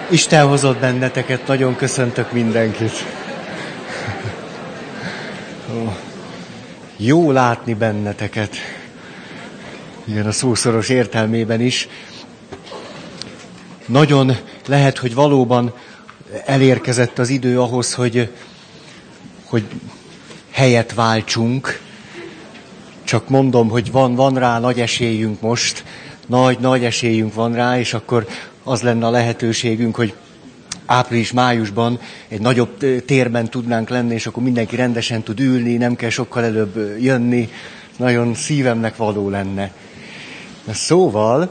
Isten hozott benneteket, nagyon köszöntök mindenkit. Jó látni benneteket. Igen, a szószoros értelmében is. Nagyon lehet, hogy valóban elérkezett az idő ahhoz, hogy helyet váltsunk. Csak mondom, hogy van rá nagy esélyünk most. Nagy esélyünk van rá, és akkor az lenne a lehetőségünk, hogy április-májusban egy nagyobb térben tudnánk lenni, és akkor mindenki rendesen tud ülni, nem kell sokkal előbb jönni. Nagyon szívemnek való lenne. Szóval,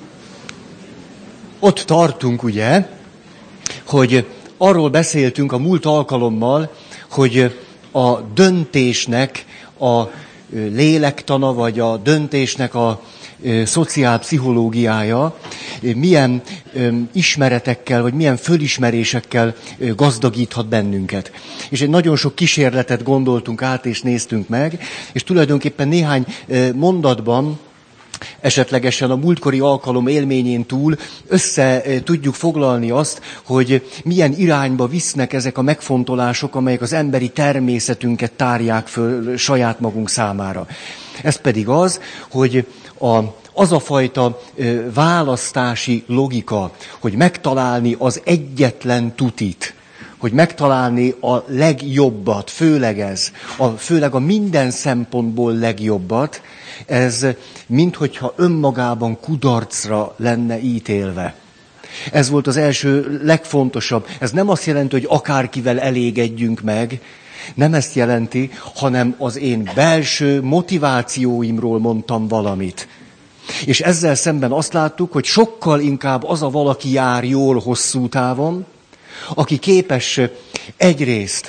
ott tartunk ugye, hogy arról beszéltünk a múlt alkalommal, hogy a döntésnek a lélektana, vagy a döntésnek a szociálpszichológiája milyen ismeretekkel, vagy milyen fölismerésekkel gazdagíthat bennünket. És egy nagyon sok kísérletet gondoltunk át, és néztünk meg, és tulajdonképpen néhány mondatban, esetlegesen a múltkori alkalom élményén túl össze tudjuk foglalni azt, hogy milyen irányba visznek ezek a megfontolások, amelyek az emberi természetünket tárják föl saját magunk számára. Ez pedig az, hogy az a fajta választási logika, hogy megtalálni az egyetlen tutit, hogy megtalálni a legjobbat, főleg a minden szempontból legjobbat, ez minthogyha önmagában kudarcra lenne ítélve. Ez volt az első, legfontosabb. Ez nem azt jelenti, hogy akárkivel elégedjünk meg, nem ezt jelenti, hanem az én belső motivációimról mondtam valamit. És ezzel szemben azt láttuk, hogy sokkal inkább az a valaki jár jól hosszú távon, aki képes egyrészt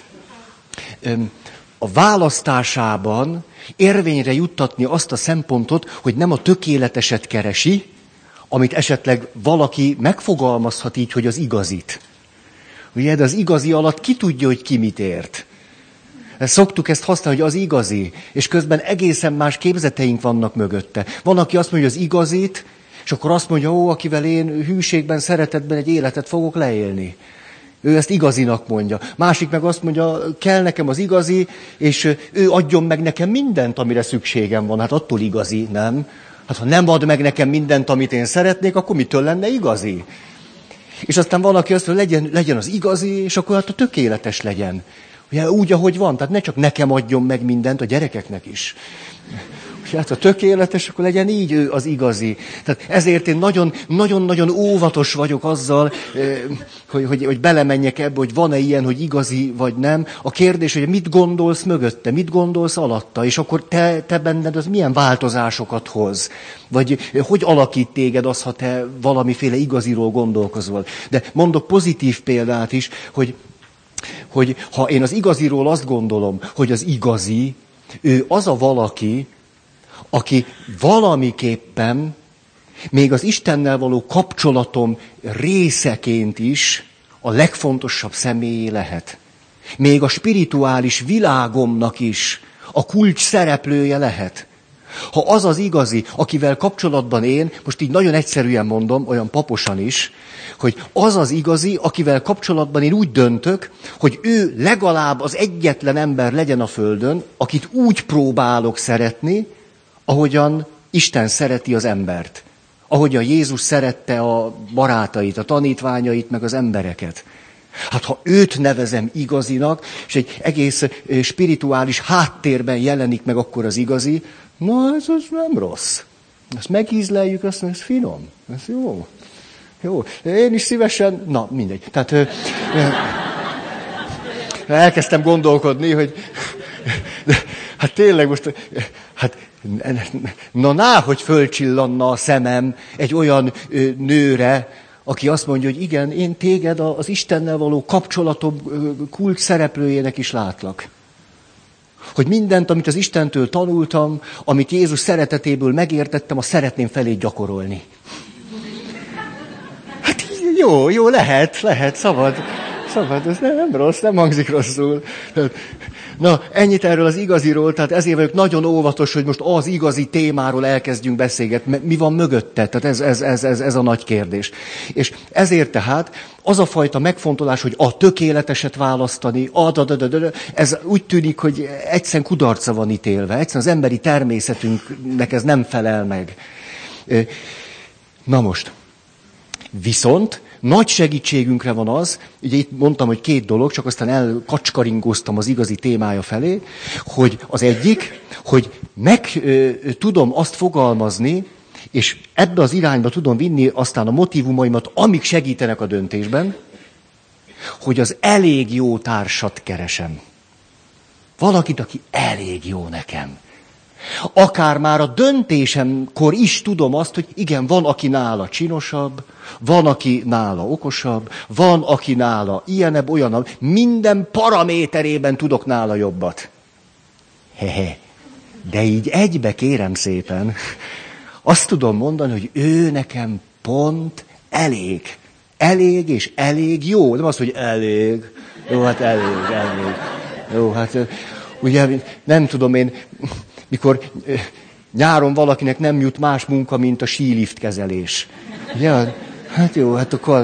a választásában érvényre juttatni azt a szempontot, hogy nem a tökéleteset keresi, amit esetleg valaki megfogalmazhat így, hogy az igazit. Ugye, de az igazi alatt ki tudja, hogy ki mit ért. Szoktuk ezt használni, hogy az igazi, és közben egészen más képzeteink vannak mögötte. Van, aki azt mondja, hogy az igazit, és akkor azt mondja, akivel én hűségben, szeretetben egy életet fogok leélni. Ő ezt igazinak mondja. Másik meg azt mondja, kell nekem az igazi, és ő adjon meg nekem mindent, amire szükségem van. Hát attól igazi, nem? Hát ha nem ad meg nekem mindent, amit én szeretnék, akkor mitől lenne igazi? És aztán van, aki azt mondja, legyen az igazi, és akkor hát a tökéletes legyen. Ugye, úgy, ahogy van. Tehát ne csak nekem adjon meg mindent, a gyerekeknek is. Hát a tökéletes, akkor legyen így ő az igazi. Tehát ezért én nagyon-nagyon óvatos vagyok azzal, hogy belemenjek ebbe, hogy van-e ilyen, hogy igazi vagy nem. A kérdés, hogy mit gondolsz mögötte, mit gondolsz alatta, és akkor te benned az milyen változásokat hoz. Vagy hogy alakít téged az, ha te valamiféle igaziról gondolkozol. De mondok pozitív példát is, hogy ha én az igaziról azt gondolom, hogy az igazi, ő az a valaki, aki valamiképpen még az Istennel való kapcsolatom részeként is a legfontosabb személyé lehet. Még a spirituális világomnak is a kulcs szereplője lehet. Ha az az igazi, akivel kapcsolatban én, most így nagyon egyszerűen mondom, olyan paposan is, hogy az az igazi, akivel kapcsolatban én úgy döntök, hogy ő legalább az egyetlen ember legyen a földön, akit úgy próbálok szeretni, ahogyan Isten szereti az embert. Ahogyan Jézus szerette a barátait, a tanítványait, meg az embereket. Hát ha őt nevezem igazinak, és egy egész spirituális háttérben jelenik meg akkor az igazi, ez nem rossz. Ezt megízleljük, azt mondjuk, ez finom, ez jó. Jó, én is szívesen, mindegy. Tehát elkezdtem gondolkodni, hogy hát tényleg most, hogy fölcsillanna a szemem egy olyan nőre, aki azt mondja, hogy igen, én téged az Istennel való kapcsolatom kulcs szereplőjének is látlak. Hogy mindent, amit az Istentől tanultam, amit Jézus szeretetéből megértettem, azt szeretném felé gyakorolni. Hát jó, lehet, szabad. Szabad, ez nem rossz, nem hangzik rosszul. Na, ennyit erről az igaziról, tehát ezért vagyok nagyon óvatos, hogy most az igazi témáról elkezdjünk beszélgetni. Mi van mögötte? Tehát ez a nagy kérdés. És ezért tehát az a fajta megfontolás, hogy a tökéleteset választani, ez úgy tűnik, hogy egyszerűen kudarca van ítélve. Egyszerűen az emberi természetünknek ez nem felel meg. Na most, viszont nagy segítségünkre van az, ugye itt mondtam, hogy 2 dolog, csak aztán elkacskaringoztam az igazi témája felé, hogy az egyik, hogy meg tudom azt fogalmazni, és ebbe az irányba tudom vinni aztán a motívumaimat, amik segítenek a döntésben, hogy az elég jó társat keresem. Valakit, aki elég jó nekem. Akár már a döntésemkor is tudom azt, hogy igen, van, aki nála csinosabb, van, aki nála okosabb, van, aki nála ilyenebb, olyanabb. Minden paraméterében tudok nála jobbat. Hehe. De így egybe, kérem szépen, azt tudom mondani, hogy ő nekem pont elég. Elég és elég jó. Nem az, hogy elég. Jó, hát elég. Jó, hát ugye nem tudom én... Mikor nyáron valakinek nem jut más munka, mint a sílift kezelés. Ja, hát jó, hát akkor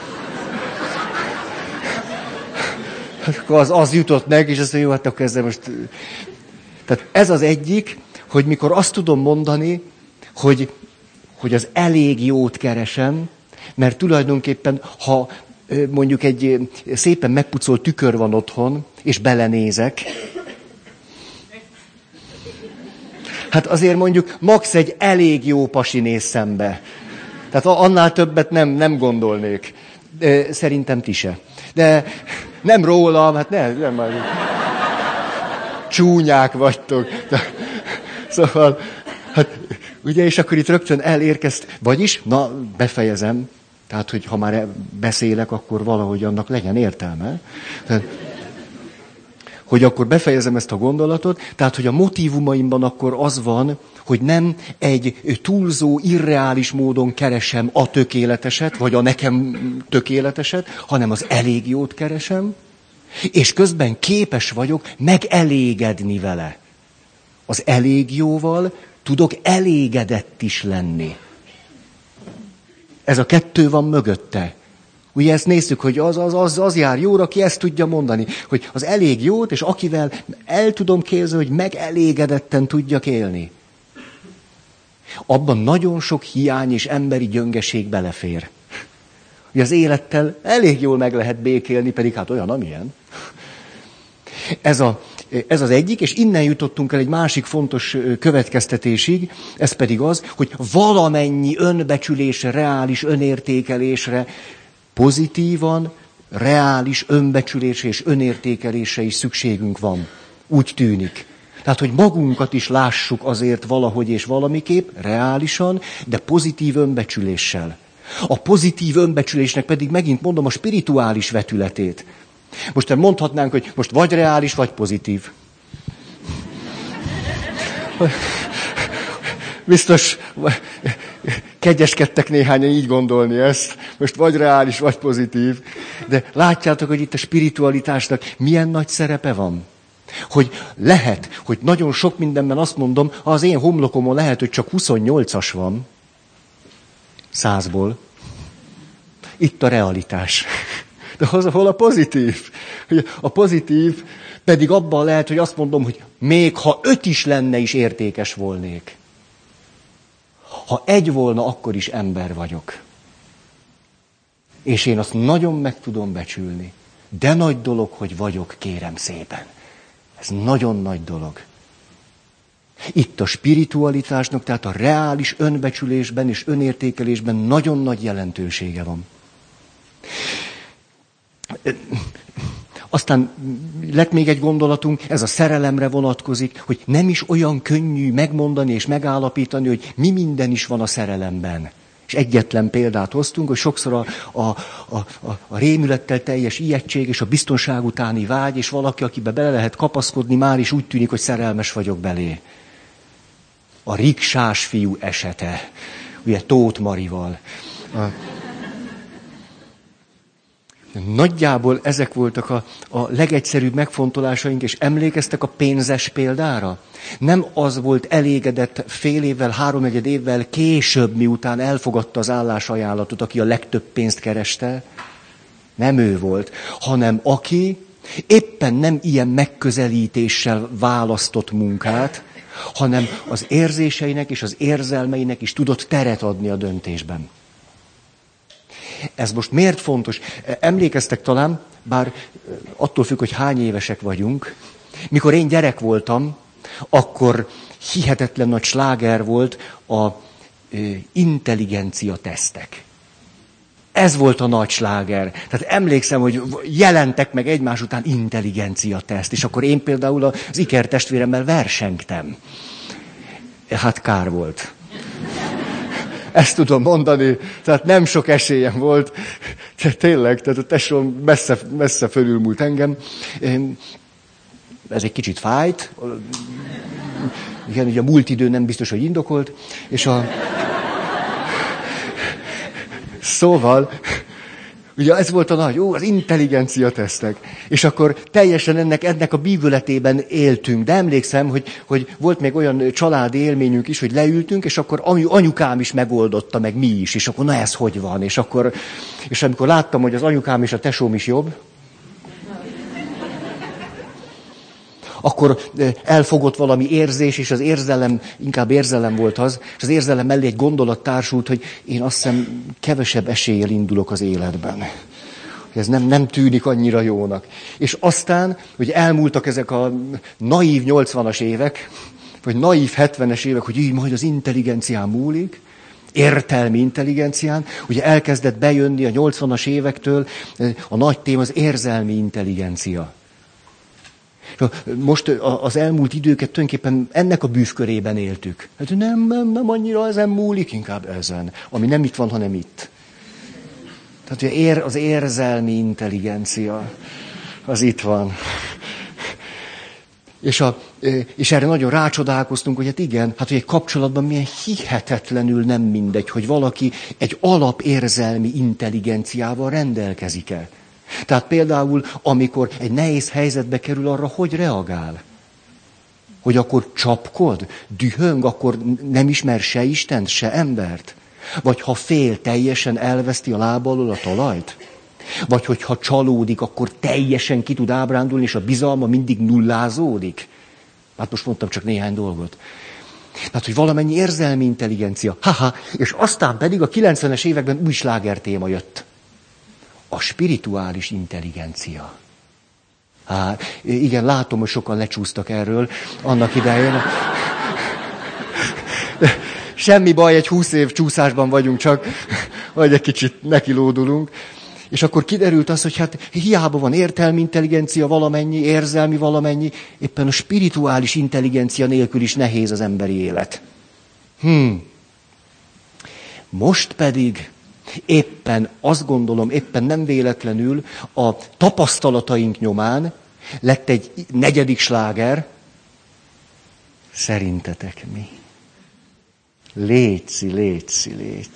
az jutott meg, és azt mondja, jó, hát akkor ezzel most... Tehát ez az egyik, hogy mikor azt tudom mondani, hogy az elég jót keresem, mert tulajdonképpen, ha mondjuk egy szépen megpucolt tükör van otthon, és belenézek, hát azért mondjuk max egy elég jó pasi néz szembe. Tehát annál többet nem gondolnék. Szerintem ti se. De nem rólam, hát nem csúnyák vagytok. Szóval, hát ugye, és akkor itt rögtön elérkezt, vagyis, na, befejezem. Tehát, hogy ha már beszélek, akkor valahogy annak legyen értelme. Hogy akkor befejezem ezt a gondolatot, tehát, hogy a motívumaimban akkor az van, hogy nem egy túlzó, irreális módon keresem a tökéleteset, vagy a nekem tökéleteset, hanem az elég jót keresem, és közben képes vagyok megelégedni vele. Az elég jóval tudok elégedett is lenni. Ez a 2 van mögötte. Ugye ezt nézzük, hogy az jár jóra, aki ezt tudja mondani, hogy az elég jót, és akivel el tudom képzelni, hogy megelégedetten tudjak élni. Abban nagyon sok hiány és emberi gyöngeség belefér. Ugye az élettel elég jól meg lehet békélni, pedig hát olyan, amilyen. Ez az egyik, és innen jutottunk el egy másik fontos következtetésig, ez pedig az, hogy valamennyi önbecsülésre, reális önértékelésre, pozitívan, reális önbecsülésre és önértékelésre is szükségünk van. Úgy tűnik. Tehát, hogy magunkat is lássuk azért valahogy és valamiképp, reálisan, de pozitív önbecsüléssel. A pozitív önbecsülésnek pedig megint mondom a spirituális vetületét. Most mondhatnánk, hogy most vagy reális, vagy pozitív. Biztos kegyeskedtek néhányan így gondolni ezt. Most vagy reális, vagy pozitív. De látjátok, hogy itt a spiritualitásnak milyen nagy szerepe van? Hogy lehet, hogy nagyon sok mindenben azt mondom, az én homlokomon lehet, hogy csak 28-as van. 100-ból. Itt a realitás. De hol a pozitív? A pozitív pedig abban lehet, hogy azt mondom, hogy még ha 5 is lenne, is értékes volnék. Ha 1 volna, akkor is ember vagyok. És én azt nagyon meg tudom becsülni. De nagy dolog, hogy vagyok, kérem szépen. Ez nagyon nagy dolog. Itt a spiritualitásnak, tehát a reális önbecsülésben és önértékelésben nagyon nagy jelentősége van. Aztán lett még egy gondolatunk, ez a szerelemre vonatkozik, hogy nem is olyan könnyű megmondani és megállapítani, hogy mi minden is van a szerelemben. És egyetlen példát hoztunk, hogy sokszor a rémülettel teljes ijegység és a biztonság utáni vágy, és valaki, akibe bele lehet kapaszkodni, már is úgy tűnik, hogy szerelmes vagyok belé. A riksás fiú esete, ugye Tóth Marival. Nagyjából ezek voltak a legegyszerűbb megfontolásaink, és emlékeztek a pénzes példára? Nem az volt elégedett fél évvel, 3-4 évvel később, miután elfogadta az állásajánlatot, aki a legtöbb pénzt kereste. Nem ő volt, hanem aki éppen nem ilyen megközelítéssel választott munkát, hanem az érzéseinek és az érzelmeinek is tudott teret adni a döntésben. Ez most miért fontos? Emlékeztek talán, bár attól függ, hogy hány évesek vagyunk, mikor én gyerek voltam, akkor hihetetlen nagy sláger volt a intelligencia tesztek. Ez volt a nagy sláger. Tehát emlékszem, hogy jelentek meg egymás után intelligencia teszt, és akkor én például az ikertestvéremmel versengtem. Hát kár volt. Ezt tudom mondani, tehát nem sok esélyem volt. Tényleg, tehát a tesóm messze fölülmúlt engem. Ez egy kicsit fájt. Igen, ugye a múlt idő nem biztos, hogy indokolt. És Szóval, ugye ez volt a nagy, az intelligencia tesztek. És akkor teljesen ennek a bűvöletében éltünk. De emlékszem, hogy volt még olyan családi élményünk is, hogy leültünk, és akkor anyukám is megoldotta, meg mi is. És akkor na ez hogy van? És amikor láttam, hogy az anyukám és a tesóm is jobb, akkor elfogott valami érzés, és az érzelem, inkább érzelem volt az, és az érzelem mellé egy gondolat társult, hogy én azt hiszem kevesebb eséllyel indulok az életben. Ez nem tűnik annyira jónak. És aztán, hogy elmúltak ezek a naív 80-as évek, vagy naív 70-es évek, hogy így majd az intelligencián múlik, értelmi intelligencián, ugye elkezdett bejönni a 80-as évektől a nagy téma az érzelmi intelligencia. Most az elmúlt időket tulajdonképpen ennek a bűvkörében éltük. Hát nem annyira ezen múlik, inkább ezen. Ami nem itt van, hanem itt. Tehát ugye az érzelmi intelligencia, az itt van. És erre nagyon rácsodálkoztunk, hogy hát igen, hát hogy egy kapcsolatban milyen hihetetlenül nem mindegy, hogy valaki egy alapérzelmi intelligenciával rendelkezik-e. Tehát például, amikor egy nehéz helyzetbe kerül, arra hogy reagál? Hogy akkor csapkod, dühöng, akkor nem ismer se Istent, se embert? Vagy ha fél, teljesen elveszti a lába alól a talajt? Vagy hogyha csalódik, akkor teljesen ki tud ábrándulni, és a bizalma mindig nullázódik? Hát most mondtam csak néhány dolgot. Tehát, hogy valamennyi érzelmi intelligencia. És aztán pedig a 90-es években új sláger téma jött. A spirituális intelligencia. Igen, látom, hogy sokan lecsúsztak erről annak idején. Semmi baj, egy 20 év csúszásban vagyunk csak, vagy egy kicsit nekilódulunk. És akkor kiderült az, hogy hát hiába van értelmi intelligencia valamennyi, érzelmi valamennyi, éppen a spirituális intelligencia nélkül is nehéz az emberi élet. Most pedig éppen azt gondolom, éppen nem véletlenül a tapasztalataink nyomán lett egy 4. sláger. Szerintetek mi? Léci.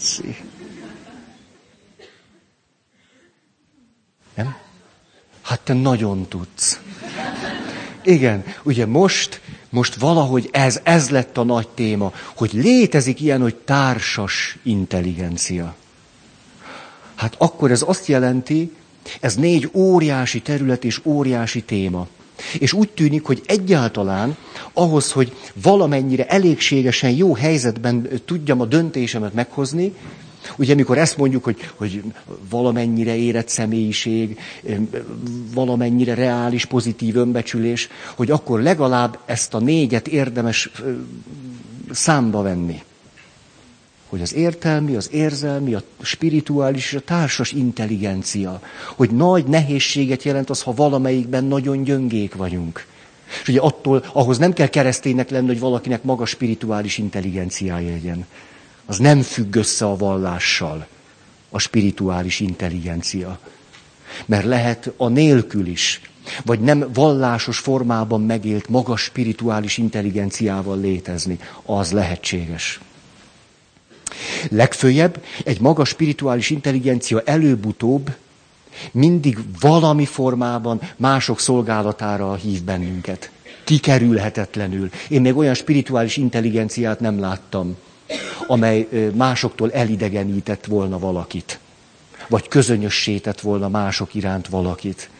Nem? Hát te nagyon tudsz. Igen, ugye most valahogy ez lett a nagy téma, hogy létezik ilyen, hogy társas intelligencia. Hát akkor ez azt jelenti, ez 4 óriási terület és óriási téma. És úgy tűnik, hogy egyáltalán ahhoz, hogy valamennyire elégségesen jó helyzetben tudjam a döntésemet meghozni, ugye amikor ezt mondjuk, hogy valamennyire érett személyiség, valamennyire reális, pozitív önbecsülés, hogy akkor legalább ezt a 4 érdemes számba venni. Hogy az értelmi, az érzelmi, a spirituális és a társas intelligencia. Hogy nagy nehézséget jelent az, ha valamelyikben nagyon gyöngék vagyunk. És ugye ahhoz nem kell kereszténynek lenni, hogy valakinek magas spirituális intelligenciája legyen. Az nem függ össze a vallással, a spirituális intelligencia. Mert lehet a nélkül is, vagy nem vallásos formában megélt magas spirituális intelligenciával létezni. Az lehetséges. Legföljebb egy magas spirituális intelligencia előbb-utóbb mindig valami formában mások szolgálatára hív bennünket. Kikerülhetetlenül. Én még olyan spirituális intelligenciát nem láttam, amely másoktól elidegenített volna valakit. Vagy közönössé tett volna mások iránt valakit.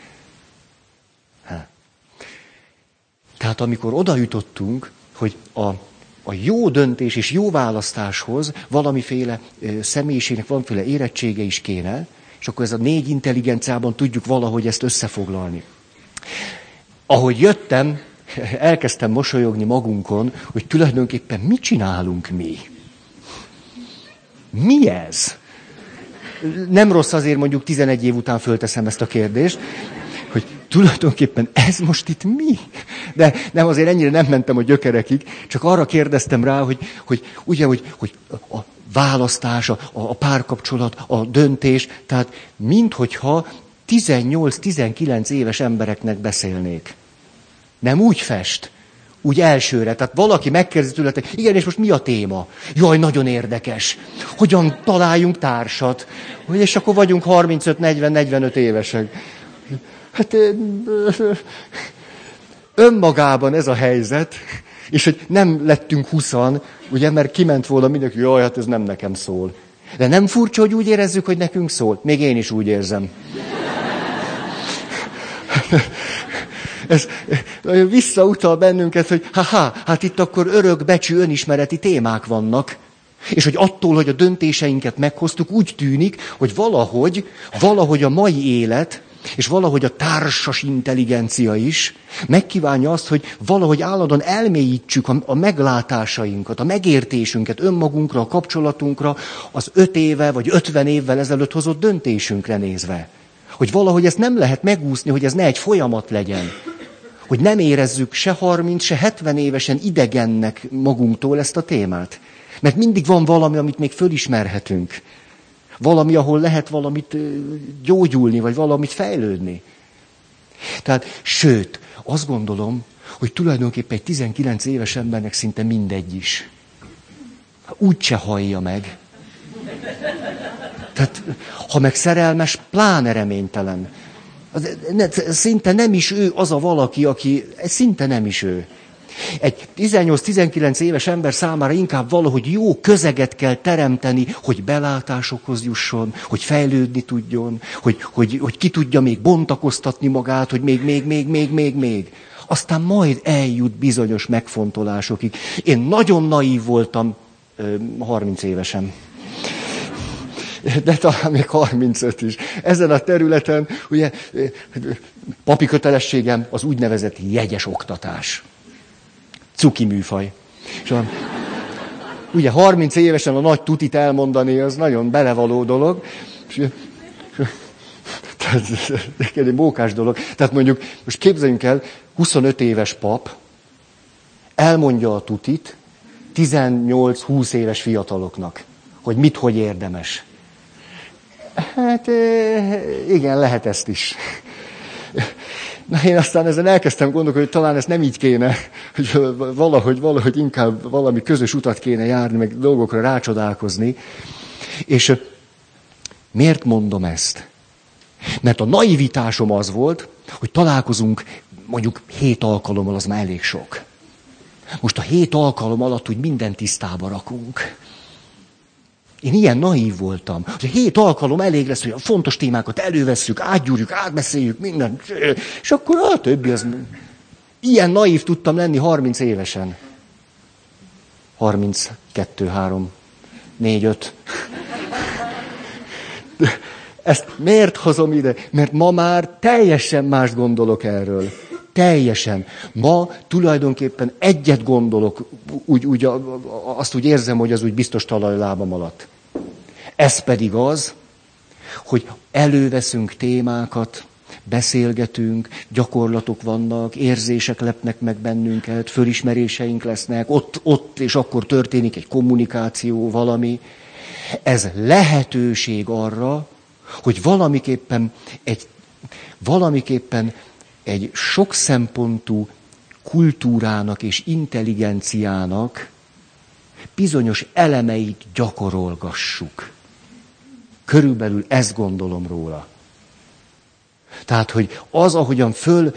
Tehát amikor oda jutottunk, hogy a jó döntés és jó választáshoz valamiféle személyiségnek, valamiféle érettsége is kéne, és akkor ez a 4 intelligenciában tudjuk valahogy ezt összefoglalni. Ahogy jöttem, elkezdtem mosolyogni magunkon, hogy tulajdonképpen mit csinálunk mi? Mi ez? Nem rossz azért mondjuk 11 év után fölteszem ezt a kérdést, hogy tulajdonképpen ez most itt mi? De nem, azért ennyire nem mentem a gyökerekig, csak arra kérdeztem rá, hogy a választás, a párkapcsolat, a döntés, tehát minthogyha 18-19 éves embereknek beszélnék. Nem úgy fest, úgy elsőre. Tehát valaki megkérdezi tőletek, igen, és most mi a téma? Jaj, nagyon érdekes. Hogyan találjunk társat? És akkor vagyunk 35-40-45 évesek. Hát önmagában ez a helyzet, és hogy nem lettünk 20-an, ugye, mert kiment volna mindenki, jaj, hát ez nem nekem szól. De nem furcsa, hogy úgy érezzük, hogy nekünk szól? Még én is úgy érzem. Ez visszautal bennünket, hogy hát itt akkor örökbecsű önismereti témák vannak. És hogy attól, hogy a döntéseinket meghoztuk, úgy tűnik, hogy valahogy a mai élet, és valahogy a társas intelligencia is megkívánja azt, hogy valahogy állandóan elmélyítsük a meglátásainkat, a megértésünket önmagunkra, a kapcsolatunkra, az 5 éve vagy 50 évvel ezelőtt hozott döntésünkre nézve. Hogy valahogy ezt nem lehet megúszni, hogy ez ne egy folyamat legyen. Hogy nem érezzük se 30, se 70 évesen idegennek magunktól ezt a témát. Mert mindig van valami, amit még fölismerhetünk. Valami, ahol lehet valamit gyógyulni, vagy valamit fejlődni. Tehát, sőt, azt gondolom, hogy tulajdonképpen egy 19 éves embernek szinte mindegy is. Úgyse hallja meg. Tehát, ha meg szerelmes, pláne reménytelen. Szinte nem is ő az a valaki, szinte nem is ő. Egy 18-19 éves ember számára inkább valahogy jó közeget kell teremteni, hogy belátásokhoz jusson, hogy fejlődni tudjon, hogy ki tudja még bontakoztatni magát, hogy még. Aztán majd eljut bizonyos megfontolásokig. Én nagyon naív voltam 30 évesen. De talán még 35 is. Ezen a területen, ugye, papi kötelességem az úgynevezett jegyes oktatás. Cuki műfaj. És ugye 30 évesen a nagy tutit elmondani, az nagyon belevaló dolog. Tehát egy mókás dolog. Tehát mondjuk, most képzeljünk el, 25 éves pap elmondja a tutit 18-20 éves fiataloknak, hogy mit, hogy érdemes. Hát igen, lehet ezt is. Na én aztán ezen elkezdtem gondolkodni, hogy talán ezt nem így kéne, hogy valahogy inkább valami közös utat kéne járni, meg dolgokra rácsodálkozni. És miért mondom ezt? Mert a naivitásom az volt, hogy találkozunk mondjuk 7 alkalommal, az már elég sok. Most a 7 alkalom alatt úgy minden tisztába rakunk. Én ilyen naív voltam, hogy a 7 alkalom elég lesz, hogy a fontos témákat elővesszük, átgyúrjuk, átbeszéljük, mindent, és akkor a többi az... Ilyen naív tudtam lenni 30 évesen. 32, 3, 4, 5. Ezt miért hozom ide? Mert ma már teljesen mást gondolok erről. Teljesen. Ma tulajdonképpen egyet gondolok, azt úgy érzem, hogy az úgy biztos talaj a lábam alatt. Ez pedig az, hogy előveszünk témákat, beszélgetünk, gyakorlatok vannak, érzések lepnek meg bennünket, fölismeréseink lesznek, ott és akkor történik egy kommunikáció, valami. Ez lehetőség arra, hogy valamiképpen egy sok szempontú kultúrának és intelligenciának bizonyos elemeit gyakorolgassuk. Körülbelül ezt gondolom róla. Tehát, hogy az, ahogyan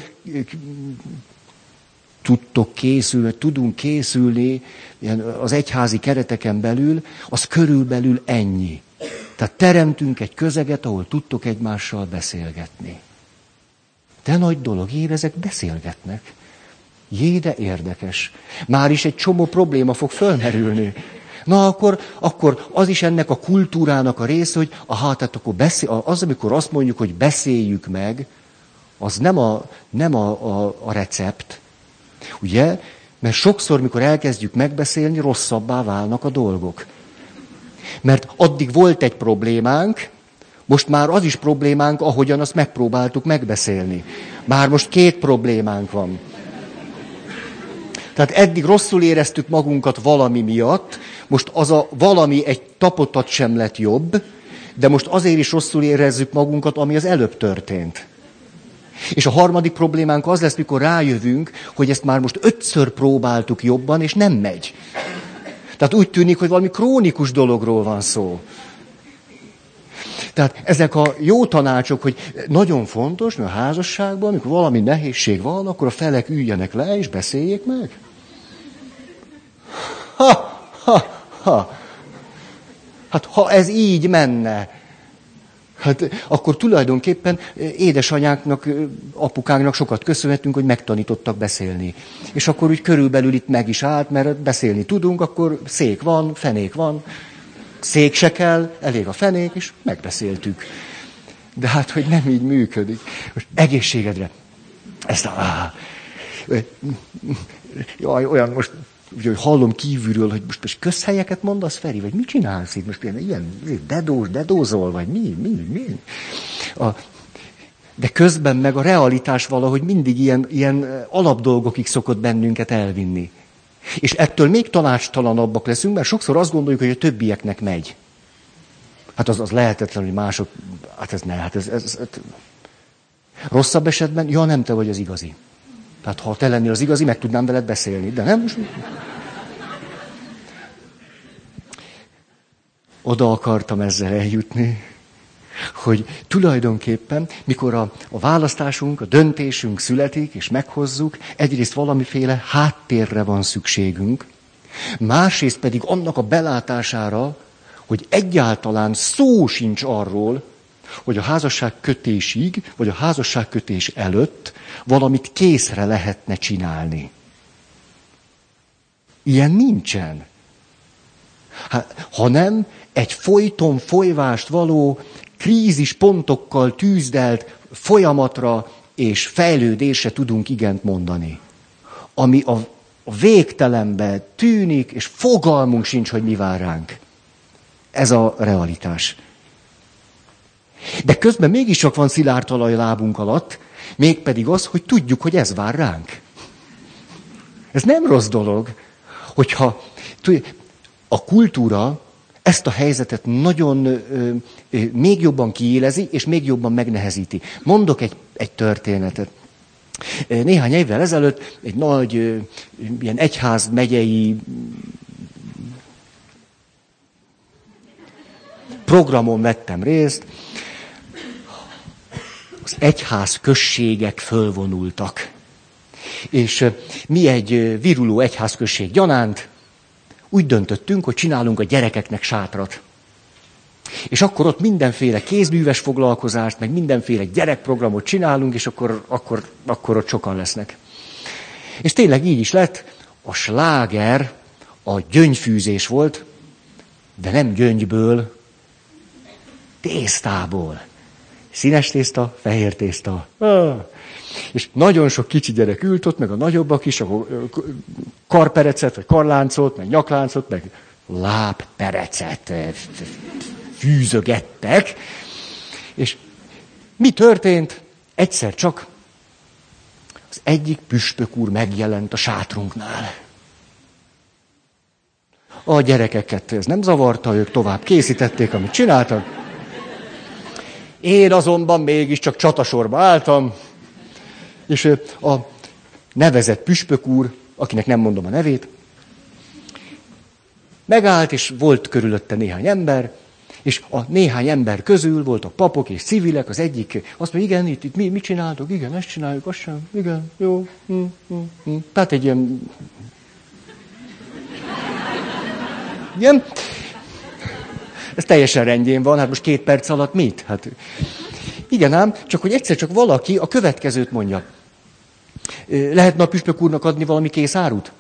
tudunk készülni az egyházi kereteken belül, az körülbelül ennyi. Tehát teremtünk egy közeget, ahol tudtok egymással beszélgetni. De nagy dolog, ezek beszélgetnek. De érdekes. Már is egy csomó probléma fog fölmerülni. Na akkor az is ennek a kultúrának a része, hogy tehát akkor amikor azt mondjuk, hogy beszéljük meg, az nem a recept. Ugye? Mert sokszor, mikor elkezdjük megbeszélni, rosszabbá válnak a dolgok. Mert addig volt egy problémánk, most már az is problémánk, ahogyan azt megpróbáltuk megbeszélni. Már most 2 problémánk van. Tehát eddig rosszul éreztük magunkat valami miatt, most az a valami egy tapotat sem lett jobb, de most azért is rosszul érezzük magunkat, ami az előbb történt. És a harmadik problémánk az lesz, mikor rájövünk, hogy ezt már most 5-ször próbáltuk jobban, és nem megy. Tehát úgy tűnik, hogy valami krónikus dologról van szó. Tehát ezek a jó tanácsok, hogy nagyon fontos, mert a házasságban, amikor valami nehézség van, akkor a felek üljenek le, és beszéljék meg. Hát ha ez így menne, hát akkor tulajdonképpen édesanyáknak, apukánknak sokat köszönhetünk, hogy megtanítottak beszélni. És akkor úgy körülbelül itt meg is állt, mert beszélni tudunk, akkor szék van, fenék van, szék se kell, elég a fenék, és megbeszéltük. De hát, hogy nem így működik. Most egészségedre. Jaj, olyan most, hogy hallom kívülről, hogy most közhelyeket mondasz, Feri, vagy mit csinálsz itt? Most ilyen dedózol, vagy mi? De közben meg a realitás valahogy mindig ilyen alapdolgokig szokott bennünket elvinni. És ettől még tanácstalanabbak leszünk, mert sokszor azt gondoljuk, hogy a többieknek megy. Hát az lehetetlen, hogy mások... ez rosszabb esetben, nem te vagy az igazi. Tehát ha te lennél az igazi, meg tudnám veled beszélni, de nem. Oda akartam ezzel eljutni, hogy tulajdonképpen, mikor a választásunk, a döntésünk születik, és meghozzuk, egyrészt valamiféle háttérre van szükségünk, másrészt pedig annak a belátására, hogy egyáltalán szó sincs arról, hogy a házasságkötésig, vagy a házasságkötés előtt valamit készre lehetne csinálni. Ilyen nincsen. Hanem egy folyton folyvást való, krízis pontokkal tűzdelt folyamatra és fejlődésre tudunk igent mondani. Ami a végtelenbe tűnik, és fogalmunk sincs, hogy mi vár ránk. Ez a realitás. De közben mégis csak van szilárd talaj lábunk alatt, mégpedig az, hogy tudjuk, hogy ez vár ránk. Ez nem rossz dolog, hogyha a kultúra ezt a helyzetet nagyon még jobban kiélezi, és még jobban megnehezíti. Mondok egy történetet. Néhány évvel ezelőtt egy nagy ilyen egyházmegyei programon vettem részt. Az egyház községek fölvonultak. És mi egy viruló egyházközség gyanánt úgy döntöttünk, hogy csinálunk a gyerekeknek sátrat. És akkor ott mindenféle kézműves foglalkozást, meg mindenféle gyerekprogramot csinálunk, és akkor ott sokan lesznek. És tényleg így is lett. A sláger a gyöngyfűzés volt, de nem gyöngyből, tésztából. Színes tészta, fehér tészta. És nagyon sok kicsi gyerek ült ott, meg a nagyobbak is, akkor karperecet, vagy karláncot, meg nyakláncot, meg lábperecet fűzögettek. És mi történt? Egyszer csak az egyik püspök úr megjelent a sátrunknál. A gyerekeket ez nem zavarta, ők tovább készítették, amit csináltak. Én azonban mégiscsak csatasorba álltam, és a nevezett püspök úr, akinek nem mondom a nevét, megállt, és volt körülötte néhány ember, És a néhány ember közül voltak papok és civilek, az egyik azt mondja, igen, itt mit csináltok? Igen, ezt csináljuk, azt sem. Igen, jó. Tehát egy ilyen... Igen. Ez teljesen rendjén van, hát most 2 perc alatt mit? Hát... Igen ám, csak hogy egyszer csak valaki a következőt mondja. Lehetne a püspök úrnak adni valami kész árut?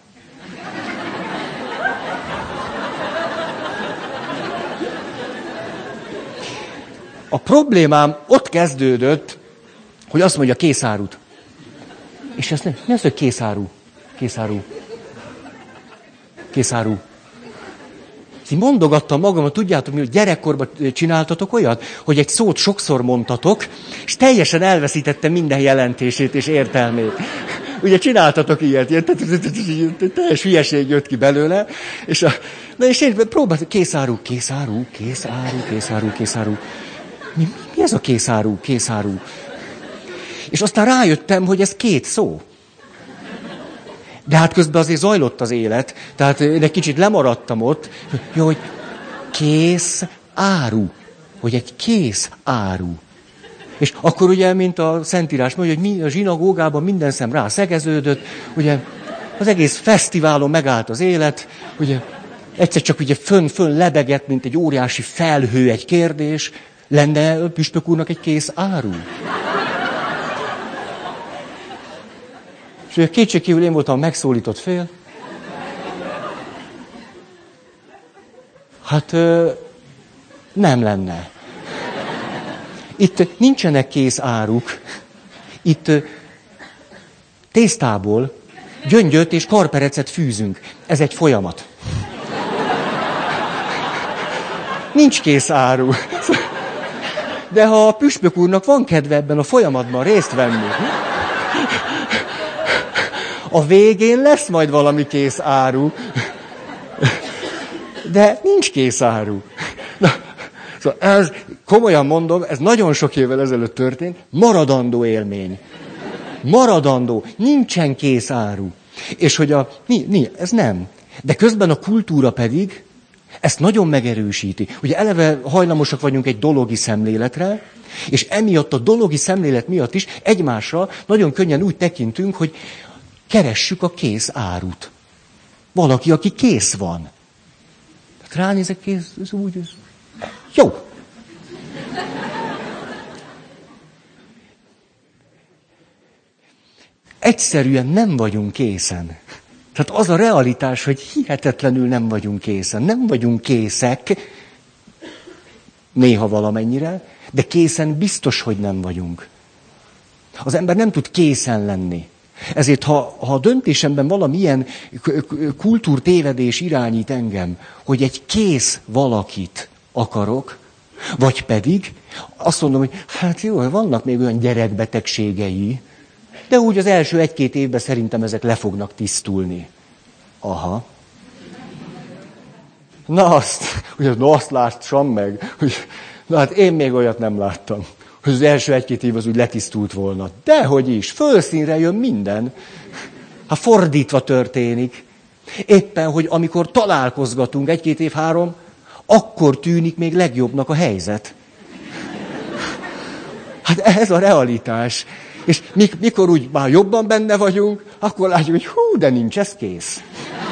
A problémám ott kezdődött, hogy azt mondja készárút. És ezt nem, mi az, hogy készáru? Készáru. Készáru. Így mondogattam magamat, tudjátok mi, hogy gyerekkorban csináltatok olyat, hogy egy szót sokszor mondtatok, és teljesen elveszítettem minden jelentését és értelmét. Ugye csináltatok ilyet, teljes hülyeség jött ki belőle, és én próbáltam, készáru. Mi ez a készáru? És aztán rájöttem, hogy ez 2 szó. De hát közben azért zajlott az élet, tehát én egy kicsit lemaradtam ott, hogy kész áru, hogy egy kész áru. És akkor ugye, mint a Szentírás mondja, hogy a zsinagógában minden szem rá szegeződött, ugye az egész fesztiválon megállt az élet, ugye egyszer csak ugye fönn lebegett, mint egy óriási felhő egy kérdés, lenne a püspök úrnak egy kész áru? És ugye kétségkívül én voltam megszólított fél. Hát nem lenne. Itt nincsenek kész áruk. Itt tésztából gyöngyöt és karperecet fűzünk. Ez egy folyamat. Nincs kész áru. De ha a püspök úrnak van kedve ebben a folyamatban részt venni, a végén lesz majd valami kész áru. De nincs kész áru. Na, szóval ez, komolyan mondom, ez nagyon sok évvel ezelőtt történt, maradandó élmény. Maradandó, nincsen kész áru. És hogy ez nem. De közben a kultúra pedig ezt nagyon megerősíti. Ugye eleve hajlamosak vagyunk egy dologi szemléletre, és emiatt a dologi szemlélet miatt is egymásra nagyon könnyen úgy tekintünk, hogy keressük a kész árut. Valaki, aki kész van. Tehát ránézek, kész, ez úgy, ez... Jó. Egyszerűen nem vagyunk készen. Tehát az a realitás, hogy hihetetlenül nem vagyunk készen. Nem vagyunk készek, néha valamennyire, de készen biztos, hogy nem vagyunk. Az ember nem tud készen lenni. Ezért, ha a döntésemben valamilyen kultúrtévedés irányít engem, hogy egy kész valakit akarok, vagy pedig azt mondom, hogy hát jó, vannak még olyan gyerekbetegségei, de úgy az első 1-2 évben szerintem ezek le fognak tisztulni. Aha. Na azt lássam meg. Na hát én még olyat nem láttam, hogy az első 1-2 év az úgy letisztult volna. Dehogy is, fölszínre jön minden. Hát fordítva történik. Éppen, hogy amikor találkozgatunk 1-2 év, 3, akkor tűnik még legjobbnak a helyzet. Hát ez a realitás. És mikor úgy már jobban benne vagyunk, akkor látjuk, hogy hú, de nincs, ez kész.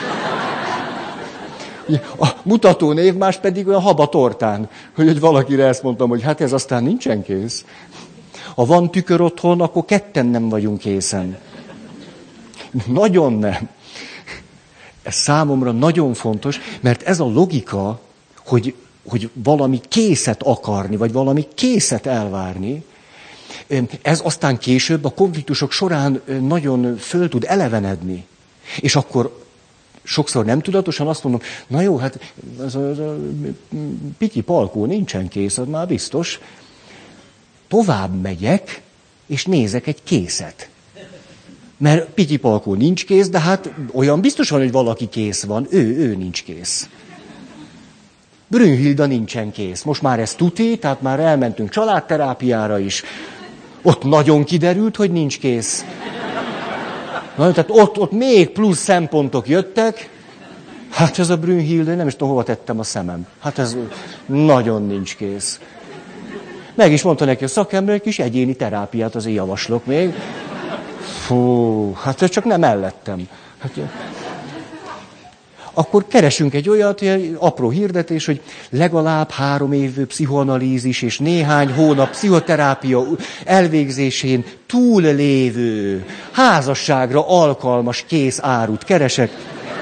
A mutató névmás pedig olyan habatortán, hogy valakire ezt mondtam, hogy hát ez aztán nincsen kész. Ha van tükör otthon, akkor 2 nem vagyunk készen. Nagyon nem. Ez számomra nagyon fontos, mert ez a logika, hogy valami készet akarni, vagy valami készet elvárni, ez aztán később a konfliktusok során nagyon föl tud elevenedni. És akkor sokszor nem tudatosan azt mondom, na jó, hát ez a Pityi Palkó nincsen kész, az már biztos. Tovább megyek, és nézek egy készet. Mert Pityi Palkó nincs kész, de hát olyan biztosan, hogy valaki kész van, ő nincs kész. Brünnhilda nincsen kész. Most már ez tuti, tehát már elmentünk családterápiára is. Ott nagyon kiderült, hogy nincs kész. Na, tehát ott még plusz szempontok jöttek, Hát ez a Brünnhilde, nem is tudom, hova tettem a szemem. Hát ez nagyon nincs kész. Meg is mondta neki a szakember, egy kis egyéni terápiát azért javaslok még. Fú, hát csak nem mellettem. Hát, akkor keresünk egy olyat, egy apró hirdetés, hogy legalább 3 év pszichoanalízis és néhány hónap pszichoterápia elvégzésén túllévő, házasságra alkalmas kész árut keresek.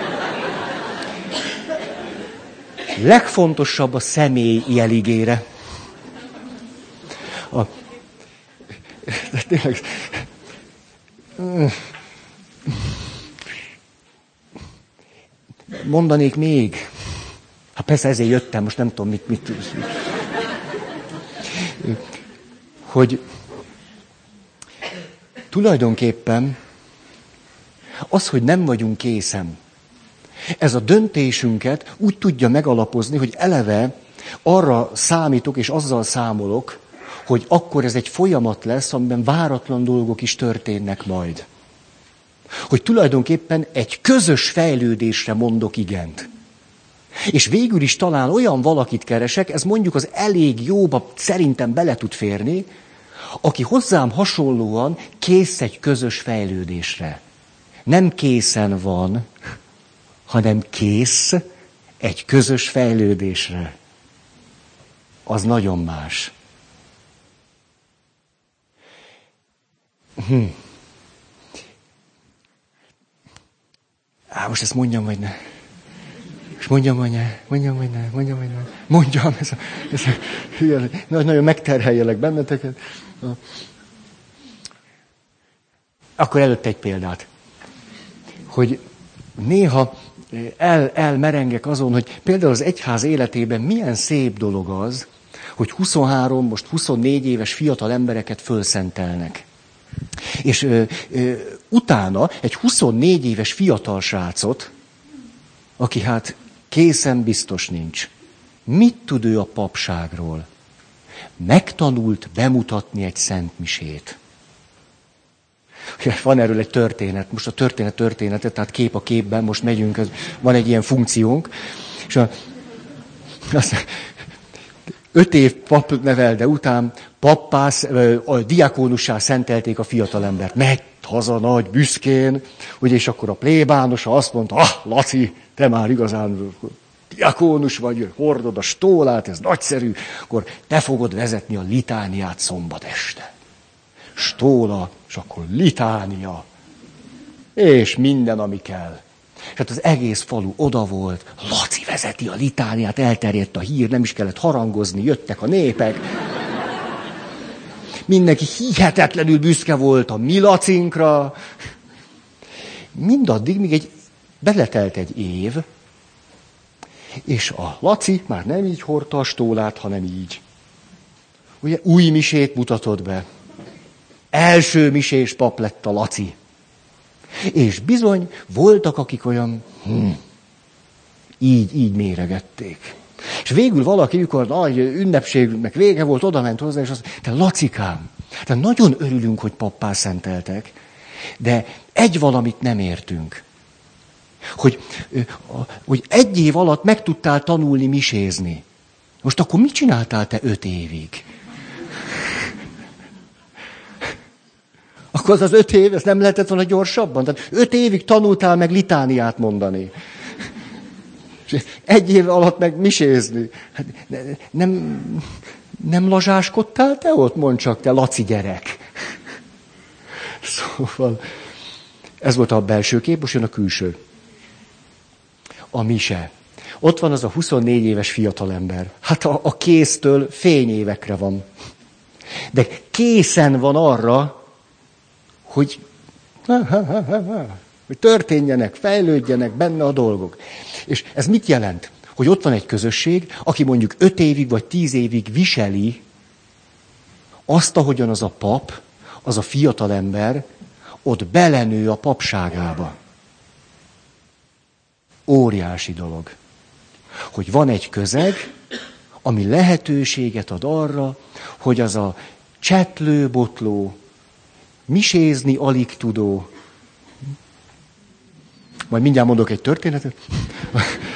Legfontosabb a személy jeligére. Tényleg... Mondanék még. Hát persze ezért jöttem, most nem tudom mit. Hogy tulajdonképpen az, hogy nem vagyunk készen, ez a döntésünket úgy tudja megalapozni, hogy eleve arra számítok és azzal számolok, hogy akkor ez egy folyamat lesz, amiben váratlan dolgok is történnek majd. Hogy tulajdonképpen egy közös fejlődésre mondok igent. És végül is talán olyan valakit keresek, ez mondjuk az elég jóba szerintem bele tud férni, aki hozzám hasonlóan kész egy közös fejlődésre. Nem készen van, hanem kész egy közös fejlődésre. Az nagyon más. Most ezt mondjam, vagy ne. És mondjam, vagy ne. Mondjam, ez nagyon megterheljelek benneteket. Akkor előtte egy példát. Hogy néha elmerengek azon, hogy például az egyház életében milyen szép dolog az, hogy 23, most 24 éves fiatal embereket fölszentelnek. És utána egy 24 éves fiatal srácot, aki hát készen biztos nincs. Mit tud ő a papságról? Megtanult bemutatni egy szentmisét. Van erről egy történet, most a történetet, tehát kép a képben, most megyünk, van egy ilyen funkciónk, és 5 év pap nevelde után a diakónussá szentelték a fiatalembert. Megy haza nagy, büszkén, ugye, és akkor a plébánosa azt mondta, Laci, te már igazán diakónus vagy, hordod a stólát, ez nagyszerű, akkor te fogod vezetni a litániát szombat este. Stóla, és akkor litánia, és minden, ami kell. És hát az egész falu oda volt, Laci vezeti a litániát, elterjedt a hír, nem is kellett harangozni, jöttek a népek. Mindenki hihetetlenül büszke volt a mi Lacinkra. Mindaddig, míg beletelt egy év, és a Laci már nem így hordta a stólát, hanem így. Ugye új misét mutatott be. Első misés pap lett a Laci. És bizony voltak, akik olyan így méregették. És végül valaki, amikor nagy ünnepségnek vége volt, oda ment hozzá, és azt mondta, te Lacikám, te nagyon örülünk, hogy pappá szenteltek, de egy valamit nem értünk. Hogy 1 év alatt meg tudtál tanulni misézni. Most akkor mit csináltál te 5 évig? Akkor az 5 év, ez nem lehetett volna gyorsabban? Tehát 5 évig tanultál meg litániát mondani. 1 év alatt meg misézni. Hát nem lazsáskodtál te ott? Mondd csak, te Laci gyerek. Szóval ez volt a belső kép, most jön a külső. A mise. Ott van az a 24 éves fiatalember. Hát a kéztől fényévekre van. De készen van arra, hogy történjenek, fejlődjenek benne a dolgok. És ez mit jelent? Hogy ott van egy közösség, aki mondjuk 5 évig vagy 10 évig viseli azt, ahogyan az a pap, az a fiatalember ott belenő a papságába. Óriási dolog. Hogy van egy közeg, ami lehetőséget ad arra, hogy az a csetlő-botló, misézni alig tudó, majd mindjárt mondok egy történetet,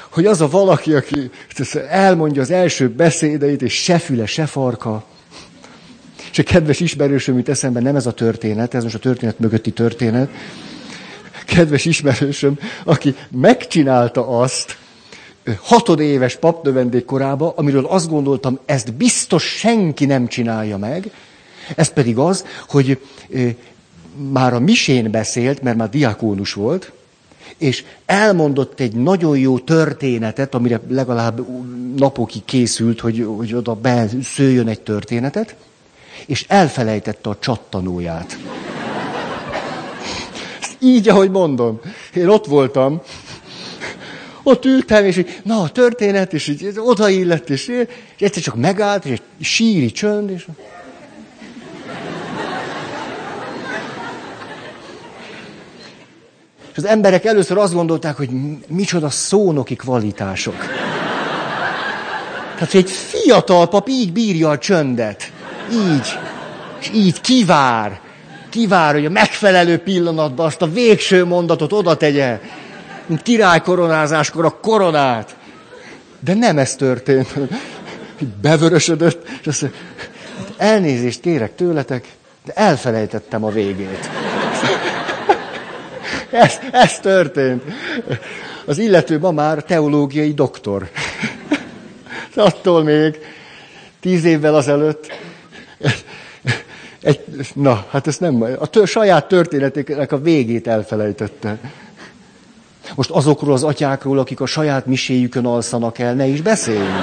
hogy az a valaki, aki elmondja az első beszédeit, és se füle, se farka. És egy kedves ismerősöm jut eszembe, nem ez a történet, ez most a történet mögötti történet. Kedves ismerősöm, aki megcsinálta azt 6 éves papnövendék korában, amiről azt gondoltam, ezt biztos senki nem csinálja meg. Ez pedig az, hogy már a misén beszélt, mert már diakónus volt, és elmondott egy nagyon jó történetet, amire legalább napokig készült, hogy oda beszőjön egy történetet, és elfelejtette a csattanóját. Így, ahogy mondom. Én ott voltam, ott ültem, és így, na, a történet, és így odaillett, és egyszer csak megállt, és egy síri csönd, és... És az emberek először azt gondolták, hogy micsoda szónoki kvalitások. Tehát, hogy egy fiatal pap így bírja a csöndet. Így. És így kivár, hogy a megfelelő pillanatban azt a végső mondatot oda tegye, mint király koronázáskor a koronát. De nem ez történt. Bevörösödött, és azt mondja, elnézést kérek tőletek, de elfelejtettem a végét. Ez történt. Az illető ma már teológiai doktor. Attól még 10 évvel azelőtt na, hát ezt nem... A saját történetének a végét elfelejtette. Most azokról az atyákról, akik a saját miséjükön alszanak el, ne is beszéljünk.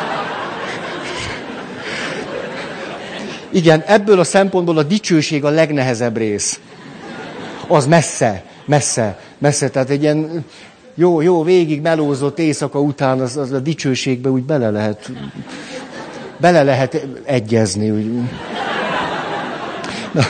Igen, ebből a szempontból a dicsőség a legnehezebb rész. Az messze. Tehát egy ilyen jó végig melózott éjszaka után az a dicsőségbe úgy bele lehet egyezni. Úgy. Na.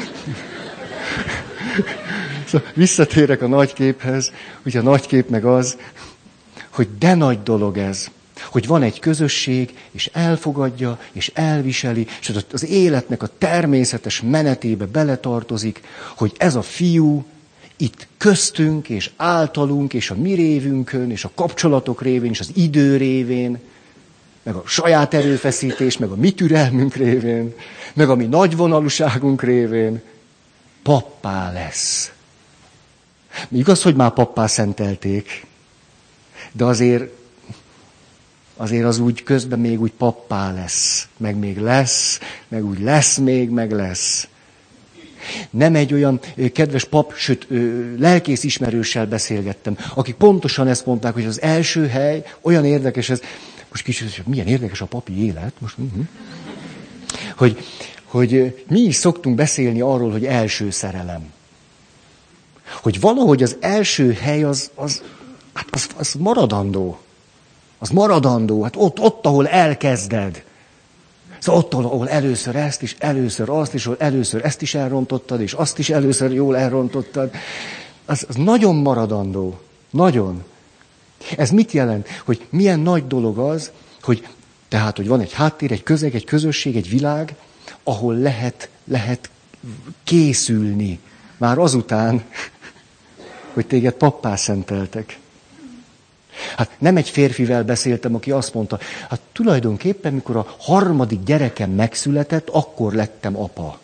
Szóval visszatérek a nagyképhez, hogy a nagykép meg az, hogy de nagy dolog ez, hogy van egy közösség, és elfogadja, és elviseli, és az életnek a természetes menetébe beletartozik, hogy ez a fiú itt köztünk, és általunk, és a mi révünkön, és a kapcsolatok révén, és az idő révén, meg a saját erőfeszítés, meg a mi türelmünk révén, meg a mi nagyvonalúságunk révén pappá lesz. Igaz, hogy már pappá szentelték, de azért az úgy közben még úgy pappá lesz, meg még lesz, meg úgy lesz még, meg lesz. Nem egy olyan kedves pap, sőt, lelkész ismerőssel beszélgettem, akik pontosan ezt mondták, hogy az első hely olyan érdekes ez, most kicsit, milyen érdekes a papi élet, most, hogy mi is szoktunk beszélni arról, hogy első szerelem. Hogy valahogy az első hely az maradandó. Az maradandó, hát ott, ahol elkezded. Szóval ott, ahol először ezt, és először azt, és ahol először ezt is elrontottad, és azt is először jól elrontottad. Az nagyon maradandó. Nagyon. Ez mit jelent? Hogy milyen nagy dolog az, hogy van egy háttér, egy közeg, egy közösség, egy világ, ahol lehet készülni. Már azután, hogy téged pappá szenteltek. Hát nem egy férfivel beszéltem, aki azt mondta, hát tulajdonképpen, mikor a 3. gyerekem megszületett, akkor lettem apa.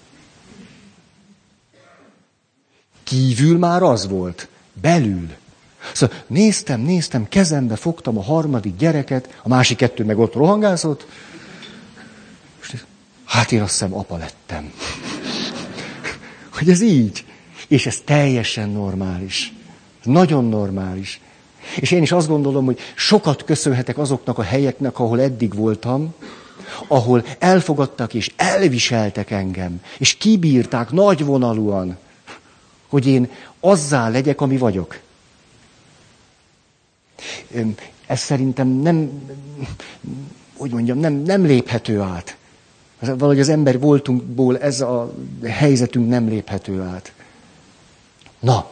Kívül már az volt, belül. Szóval néztem, kezembe fogtam a 3. gyereket, a másik 2 meg ott rohangászott, és hát én azt hiszem apa lettem. Hogy ez így. És ez teljesen normális. Ez nagyon normális. És én is azt gondolom, hogy sokat köszönhetek azoknak a helyeknek, ahol eddig voltam, ahol elfogadtak és elviseltek engem, és kibírták nagyvonalúan, hogy én azzá legyek, ami vagyok. Ez szerintem nem léphető át. Valahogy az ember voltunkból ez a helyzetünk nem léphető át. Na,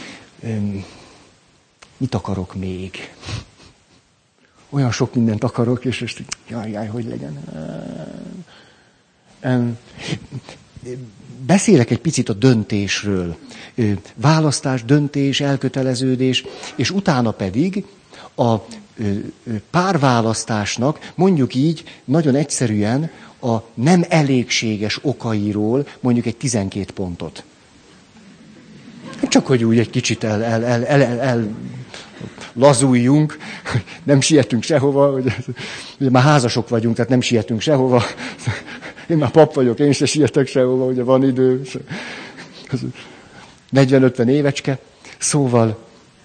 mit akarok még? Olyan sok mindent akarok, és most jaj, hogy legyen. Beszélek egy picit a döntésről. Választás, döntés, elköteleződés, és utána pedig a párválasztásnak, mondjuk így, nagyon egyszerűen a nem elégséges okairól mondjuk egy 12 pontot. Csak hogy úgy egy kicsit lazuljunk, nem sietünk sehova, ugye már házasok vagyunk, tehát nem sietünk sehova. Én már pap vagyok, én se sietek sehova, ugye van idő. 40-50 évecske. Szóval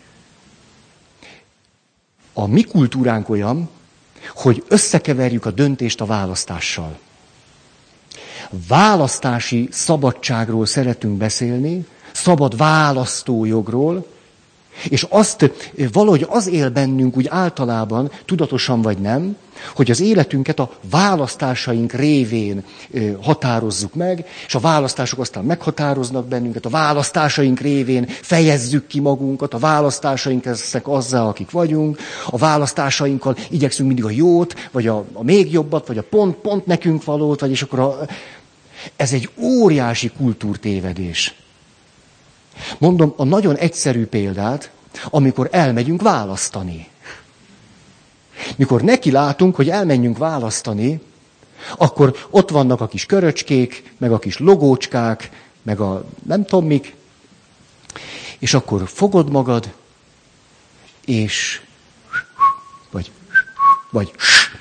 a mi kultúránk olyan, hogy összekeverjük a döntést a választással. Választási szabadságról szeretünk beszélni, szabad választójogról, és azt valahogy az él bennünk úgy általában, tudatosan vagy nem, hogy az életünket a választásaink révén határozzuk meg, és a választások aztán meghatároznak bennünket, a választásaink révén fejezzük ki magunkat, a választásaink lesznek azzá, akik vagyunk, a választásainkkal igyekszünk mindig a jót, vagy a még jobbat, vagy a pont nekünk valót, vagy és akkor ez egy óriási kultúrtévedés. Mondom a nagyon egyszerű példát, amikor elmegyünk választani. Mikor neki látunk, hogy elmenjünk választani, akkor ott vannak a kis köröcskék, meg a kis logócskák, meg a nem tudom mik, és akkor fogod magad, és vagy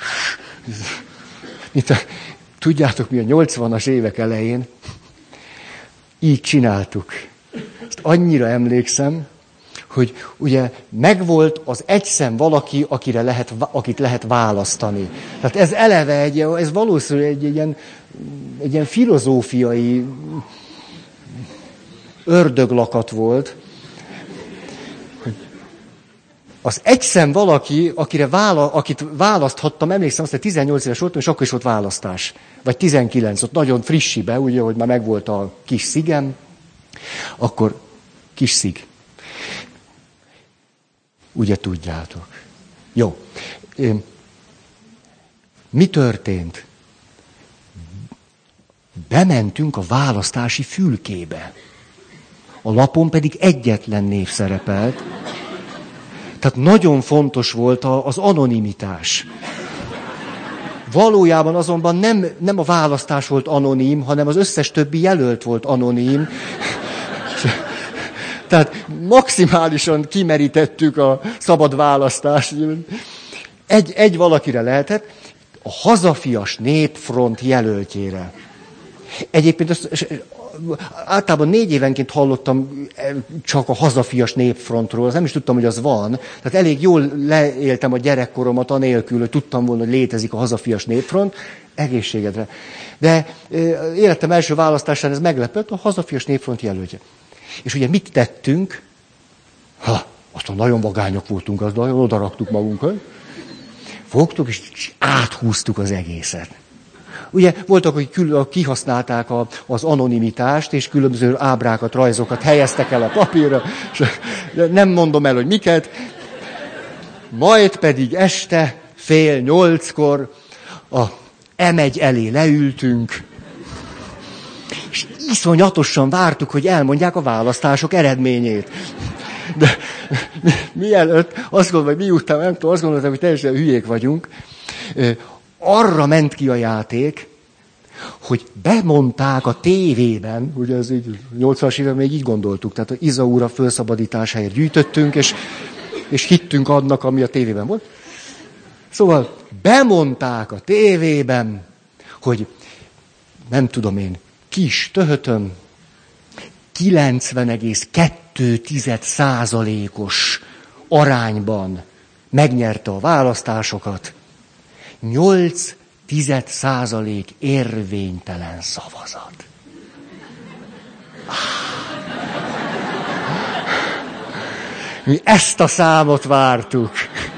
tudjátok mi a 80-as évek elején így csináltuk. Ezt annyira emlékszem, hogy ugye megvolt az egy szem valaki, akit lehet választani. Tehát ez eleve ez valószínűleg egy ilyen filozófiai ördöglakat volt. Az egy szem valaki, akit választhattam, emlékszem, azt, hogy 18 éves voltam, és akkor is volt választás. Vagy 19, ott nagyon frissibe, ugye, hogy már megvolt a kis szigem, akkor kis szig. Ugye tudjátok. Jó. Mi történt? Bementünk a választási fülkébe. A lapon pedig egyetlen név szerepelt. Tehát nagyon fontos volt az anonimitás. Valójában azonban nem a választás volt anonim, hanem az összes többi jelölt volt anonim. Tehát maximálisan kimerítettük a szabad választást. Egy valakire lehetett, a Hazafias Népfront jelöltjére. Egyébként általában 4 évenként hallottam csak a Hazafias Népfrontról, azt nem is tudtam, hogy az van. Tehát elég jól leéltem a gyerekkoromat anélkül, hogy tudtam volna, hogy létezik a Hazafias Népfront. Egészségedre. De életem első választásán ez meglepett, a Hazafias Népfront jelöltje. És ugye mit tettünk? Aztán nagyon vagányok voltunk, az nagyon odaraktuk magunkat. Fogtuk, és áthúztuk az egészet. Ugye voltak, hogy kihasználták az anonimitást, és különböző ábrákat, rajzokat helyeztek el a papírra, és nem mondom el, hogy miket. Majd pedig este, 7:30 a M1 elé leültünk, és iszonyatosan vártuk, hogy elmondják a választások eredményét. De mielőtt, azt gondolom, hogy miután, nem tudom, azt gondoltam, hogy teljesen hülyék vagyunk, arra ment ki a játék, hogy bemondták a tévében, ugye ez így 80-as években még így gondoltuk, tehát az Izaura felszabadításáért gyűjtöttünk, és hittünk annak, ami a tévében volt. Szóval bemondták a tévében, hogy nem tudom én, kis töhötöm 90,2% arányban megnyerte a választásokat, 8% érvénytelen szavazat. Mi ezt a számot vártuk.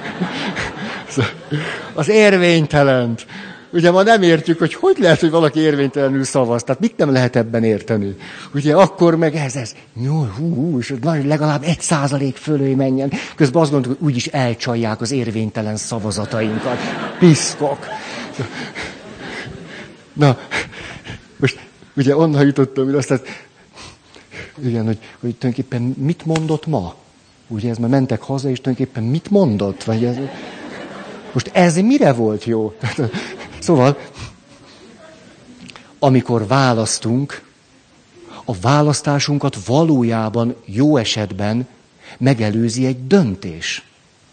Az érvénytelent. Ugye ma nem értjük, hogy lehet, hogy valaki érvénytelenül szavaz. Tehát mit nem lehet ebben érteni? Ugye akkor meg ez. És legalább 1% fölé menjen. Közben azt gondoltuk, hogy úgyis elcsalják az érvénytelen szavazatainkat. Piszkok. Na, most ugye onnan jutottam, hogy azt, igen, hogy tulajdonképpen mit mondott ma? Ugye ez már mentek haza, és tulajdonképpen mit mondott? Vagy ez... Most ez mire volt jó? Szóval, amikor választunk, a választásunkat valójában jó esetben megelőzi egy döntés.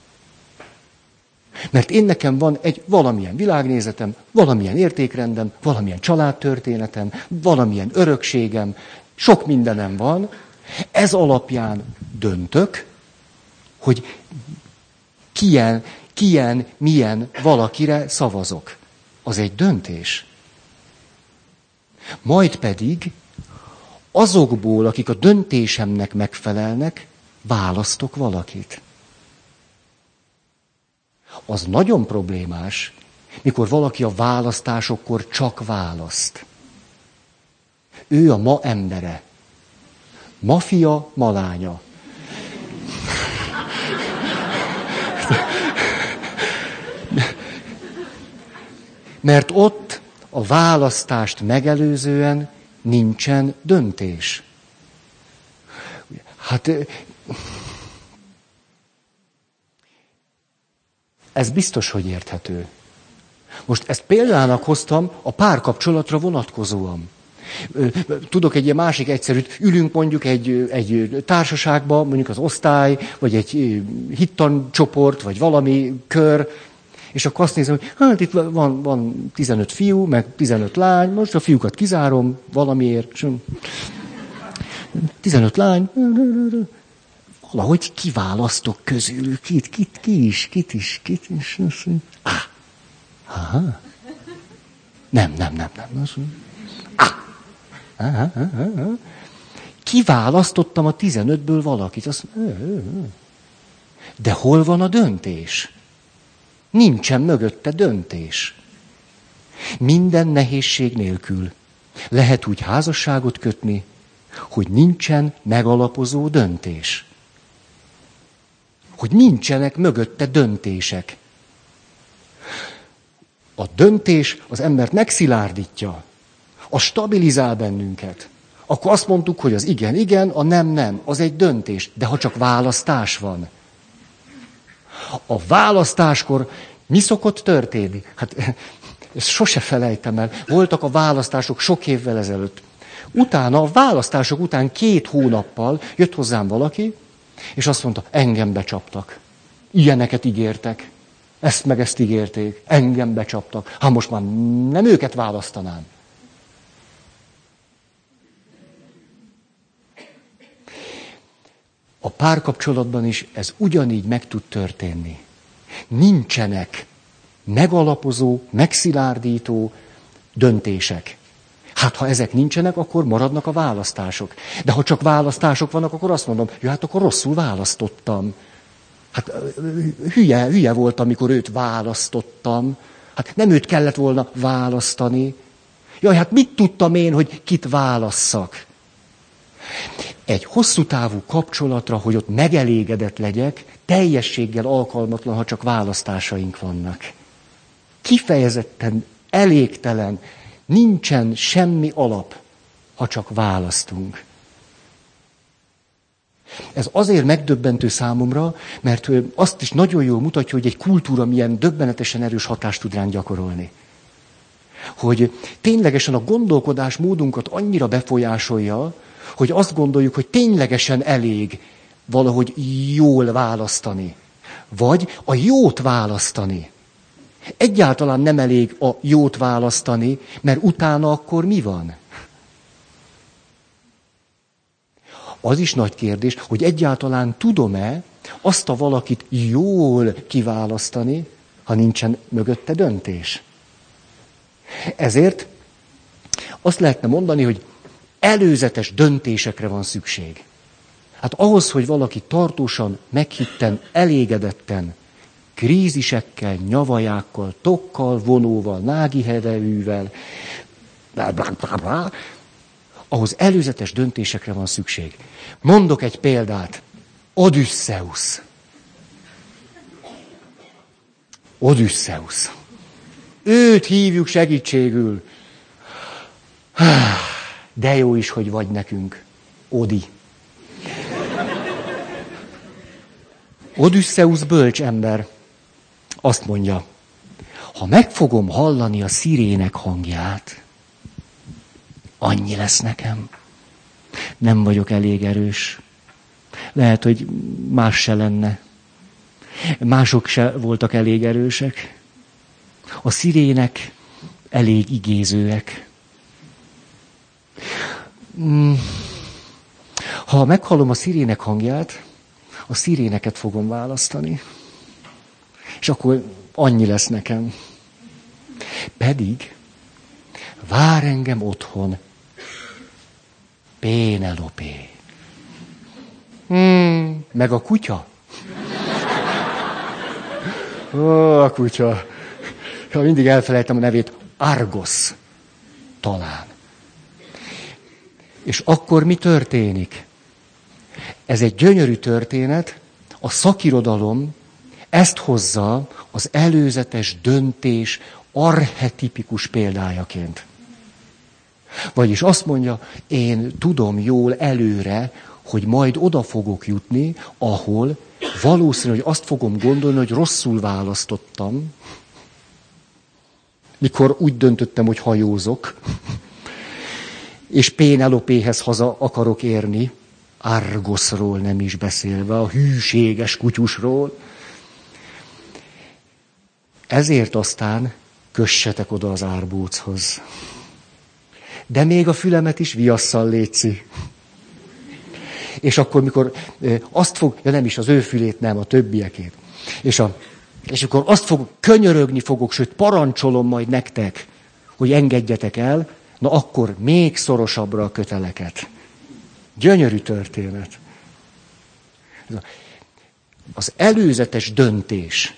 Mert én nekem van egy valamilyen világnézetem, valamilyen értékrendem, valamilyen családtörténetem, valamilyen örökségem, sok mindenem van. Ez alapján döntök, hogy milyen valakire szavazok. Az egy döntés. Majd pedig azokból, akik a döntésemnek megfelelnek, választok valakit. Az nagyon problémás, mikor valaki a választásokkor csak választ. Ő a ma embere. Ma fia, ma lánya. Mert ott a választást megelőzően nincsen döntés. Hát ez biztos, hogy érthető. Most ezt példának hoztam a párkapcsolatra vonatkozóan. Tudok egy ilyen másik egyszerűt, ülünk mondjuk egy társaságba, mondjuk az osztály, vagy egy hittancsoport, vagy valami kör, és akkor azt nézem, hogy hát itt van 15 fiú, meg 15 lány, most a fiúkat kizárom valamiért. 15 lány, valahogy kiválasztok közülük, kit is. Aha. Nem. Kiválasztottam a 15-ből valakit. De hol van a döntés? Nincsen mögötte döntés. Minden nehézség nélkül lehet úgy házasságot kötni, hogy nincsen megalapozó döntés. Hogy nincsenek mögötte döntések. A döntés az embert megszilárdítja, az stabilizál bennünket. Akkor azt mondtuk, hogy az igen, a nem, az egy döntés. De ha csak választás van. A választáskor mi szokott történni? Hát ezt sose felejtem el. Voltak a választások sok évvel ezelőtt. Utána, a választások után 2 hónappal jött hozzám valaki, és azt mondta, engem becsaptak. Ilyeneket ígértek. Ezt ígérték. Engem becsaptak. Hát most már nem őket választanám. A párkapcsolatban is ez ugyanígy meg tud történni. Nincsenek megalapozó, megszilárdító döntések. Hát ha ezek nincsenek, akkor maradnak a választások. De ha csak választások vannak, akkor azt mondom, hát akkor rosszul választottam. Hát hülye voltam, amikor őt választottam. Hát nem őt kellett volna választani. Jaj, hát mit tudtam én, hogy kit válasszak? Egy hosszú távú kapcsolatra, hogy ott megelégedett legyek, teljességgel alkalmatlan, ha csak választásaink vannak. Kifejezetten elégtelen, nincsen semmi alap, ha csak választunk. Ez azért megdöbbentő számomra, mert azt is nagyon jól mutatja, hogy egy kultúra milyen döbbenetesen erős hatást tud ránk gyakorolni. Hogy ténylegesen a gondolkodásmódunkat annyira befolyásolja, hogy azt gondoljuk, hogy ténylegesen elég valahogy jól választani. Vagy a jót választani. Egyáltalán nem elég a jót választani, mert utána akkor mi van? Az is nagy kérdés, hogy egyáltalán tudom-e azt a valakit jól kiválasztani, ha nincsen mögötte döntés. Ezért azt lehetne mondani, hogy előzetes döntésekre van szükség. Hát ahhoz, hogy valaki tartósan, meghitten, elégedetten, krízisekkel, nyavajákkal, tokkal, vonóval, nágihedejűvel, ahhoz előzetes döntésekre van szükség. Mondok egy példát. Odüsszeusz. Őt hívjuk segítségül. De jó is, hogy vagy nekünk. Odi. Odüsszeusz bölcs ember azt mondja, ha meg fogom hallani a szirének hangját, annyi lesz nekem. Nem vagyok elég erős. Lehet, hogy más se lenne. Mások se voltak elég erősek. A szirének elég igézőek. Ha meghallom a szirének hangját, a sziréneket fogom választani. És akkor annyi lesz nekem. Pedig vár engem otthon Pénelopé. Meg a kutya? A kutya. Ha mindig elfelejtem a nevét, Argos. Talán. És akkor mi történik? Ez egy gyönyörű történet, a szakirodalom ezt hozza az előzetes döntés archetipikus példájaként. Vagyis azt mondja, én tudom jól előre, hogy majd oda fogok jutni, ahol valószínű, hogy azt fogom gondolni, hogy rosszul választottam, mikor úgy döntöttem, hogy hajózok, és Pénelopéhez haza akarok érni, Argosról nem is beszélve, a hűséges kutyusról. Ezért aztán kössetek oda az árbóchoz. De még a fülemet is viasszal létszi. És akkor, mikor azt fog, ja nem is az ő fülét, nem, a többiekét. És akkor azt fog, könyörögni fogok, sőt parancsolom majd nektek, hogy engedjetek el, na akkor még szorosabbra a köteleket. Gyönyörű történet. Az előzetes döntés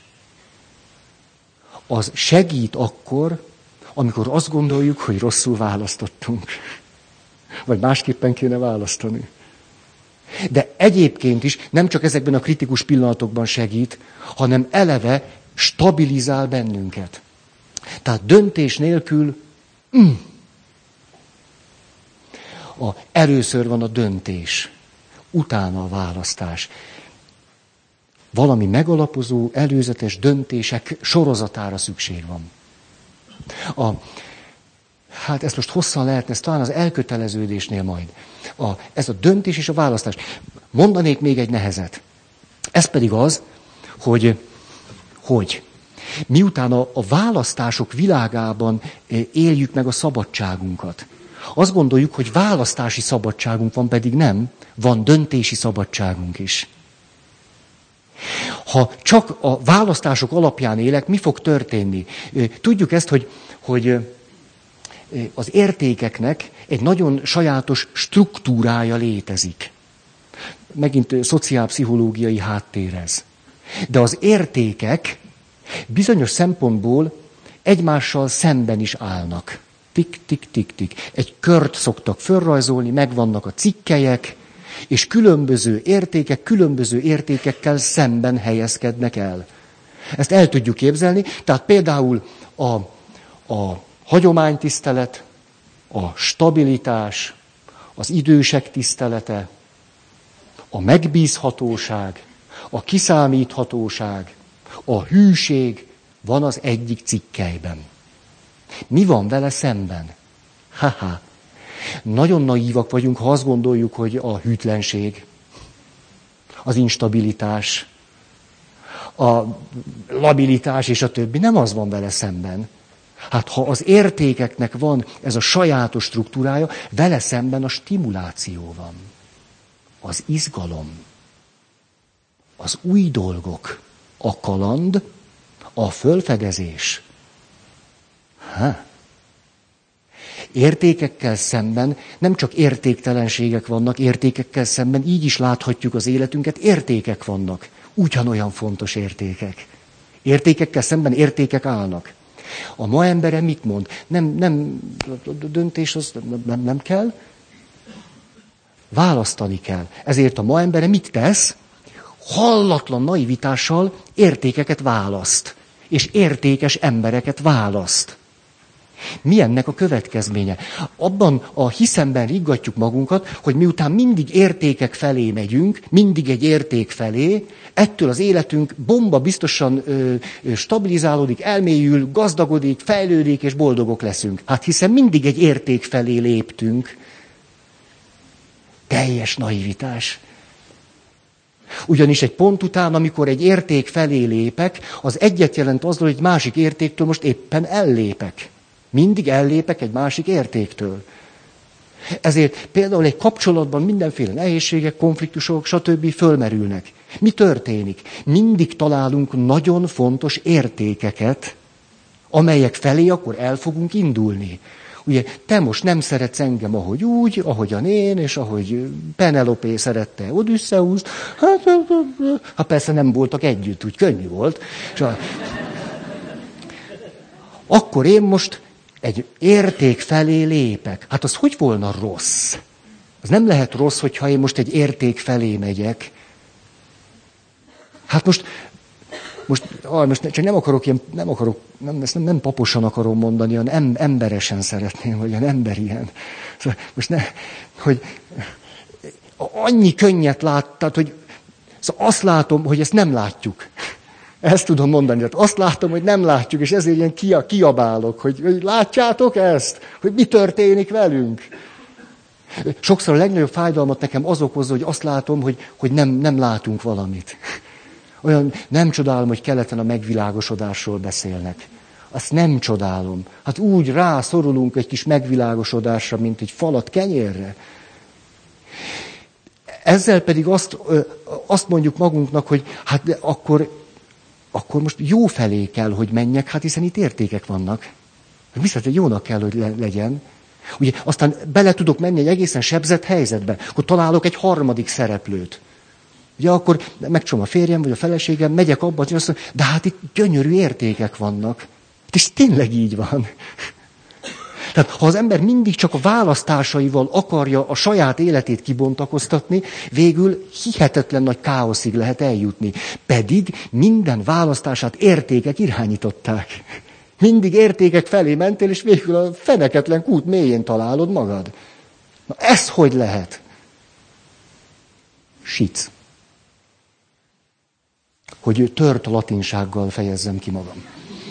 az segít akkor, amikor azt gondoljuk, hogy rosszul választottunk. Vagy másképpen kéne választani. De egyébként is nem csak ezekben a kritikus pillanatokban segít, hanem eleve stabilizál bennünket. Tehát döntés nélkül először van a döntés, utána a választás. Valami megalapozó, előzetes döntések sorozatára szükség van. Hát ezt most hosszan lehetne, ez talán az elköteleződésnél majd. Ez a döntés és a választás. Mondanék még egy nehezet. Ez pedig az, hogy miután a választások világában éljük meg a szabadságunkat. Azt gondoljuk, hogy választási szabadságunk van, pedig nem. Van döntési szabadságunk is. Ha csak a választások alapján élek, mi fog történni? Tudjuk ezt, hogy az értékeknek egy nagyon sajátos struktúrája létezik. Megint szociálpszichológiai háttérez. De az értékek bizonyos szempontból egymással szemben is állnak. Tik, tik, tik, tik. Egy kört szoktak fölrajzolni, megvannak a cikkelyek, és különböző értékekkel szemben helyezkednek el. Ezt el tudjuk képzelni, tehát például a hagyománytisztelet, a stabilitás, az idősek tisztelete, a megbízhatóság, a kiszámíthatóság, a hűség van az egyik cikkelyben. Mi van vele szemben? Ha-ha. Nagyon naívak vagyunk, ha azt gondoljuk, hogy a hűtlenség, az instabilitás, a labilitás és a többi, nem az van vele szemben. Hát ha az értékeknek van ez a sajátos struktúrája, vele szemben a stimuláció van. Az izgalom, az új dolgok, a kaland, a fölfedezés. Értékekkel szemben nem csak értéktelenségek vannak, értékekkel szemben így is láthatjuk az életünket, értékek vannak. Ugyanolyan fontos értékek. Értékekkel szemben értékek állnak. A ma embere mit mond? Nem döntés az nem kell. Választani kell. Ezért a ma embere mit tesz? Hallatlan naivitással értékeket választ. És értékes embereket választ. Mi ennek a következménye? Abban a hiszemben riggatjuk magunkat, hogy miután mindig értékek felé megyünk, mindig egy érték felé, ettől az életünk bomba biztosan stabilizálódik, elmélyül, gazdagodik, fejlődik, és boldogok leszünk. Hát hiszen mindig egy érték felé léptünk. Teljes naivitás. Ugyanis egy pont után, amikor egy érték felé lépek, az egyet jelent azzal, hogy egy másik értéktől most éppen ellépek. Mindig ellépek egy másik értéktől. Ezért például egy kapcsolatban mindenféle nehézségek, konfliktusok, stb. Fölmerülnek. Mi történik? Mindig találunk nagyon fontos értékeket, amelyek felé akkor el fogunk indulni. Ugye, te most nem szeretsz engem ahogy úgy, ahogyan én, és ahogy Penelope szerette Odüsszeusz, hát persze nem voltak együtt, úgy könnyű volt. Akkor én most egy érték felé lépek. Hát az hogy volna rossz? Az nem lehet rossz, hogyha én most egy érték felé megyek. Hát most csak nem akarok nem paposan akarom mondani, hanem emberesen szeretném, vagy olyan emberien. Szóval most hogy annyi könnyet láttad, hogy szóval azt látom, hogy ezt nem látjuk. Ezt tudom mondani, tehát azt látom, hogy nem látjuk, és ezért ilyen kiabálok, hogy látjátok ezt? Hogy mi történik velünk? Sokszor a legnagyobb fájdalmat nekem az okozza, hogy azt látom, hogy nem látunk valamit. Olyan nem csodálom, hogy keleten a megvilágosodásról beszélnek. Azt nem csodálom. Hát úgy rászorulunk egy kis megvilágosodásra, mint egy falat kenyérre. Ezzel pedig azt mondjuk magunknak, hogy hát de akkor most jó felé kell, hogy menjek, hát hiszen itt értékek vannak. Viszont jónak kell, hogy legyen. Ugye aztán bele tudok menni egy egészen sebzett helyzetbe, akkor találok egy harmadik szereplőt. Ugye akkor megcsom a férjem, vagy a feleségem, megyek abba, és azt mondom, de hát itt gyönyörű értékek vannak. És tényleg így van. Tehát ha az ember mindig csak a választásaival akarja a saját életét kibontakoztatni, végül hihetetlen nagy káoszig lehet eljutni. Pedig minden választását értékek irányították. Mindig értékek felé mentél, és végül a feneketlen kút mélyén találod magad. Na ez hogy lehet? Sic. Hogy tört latinsággal fejezzem ki magam.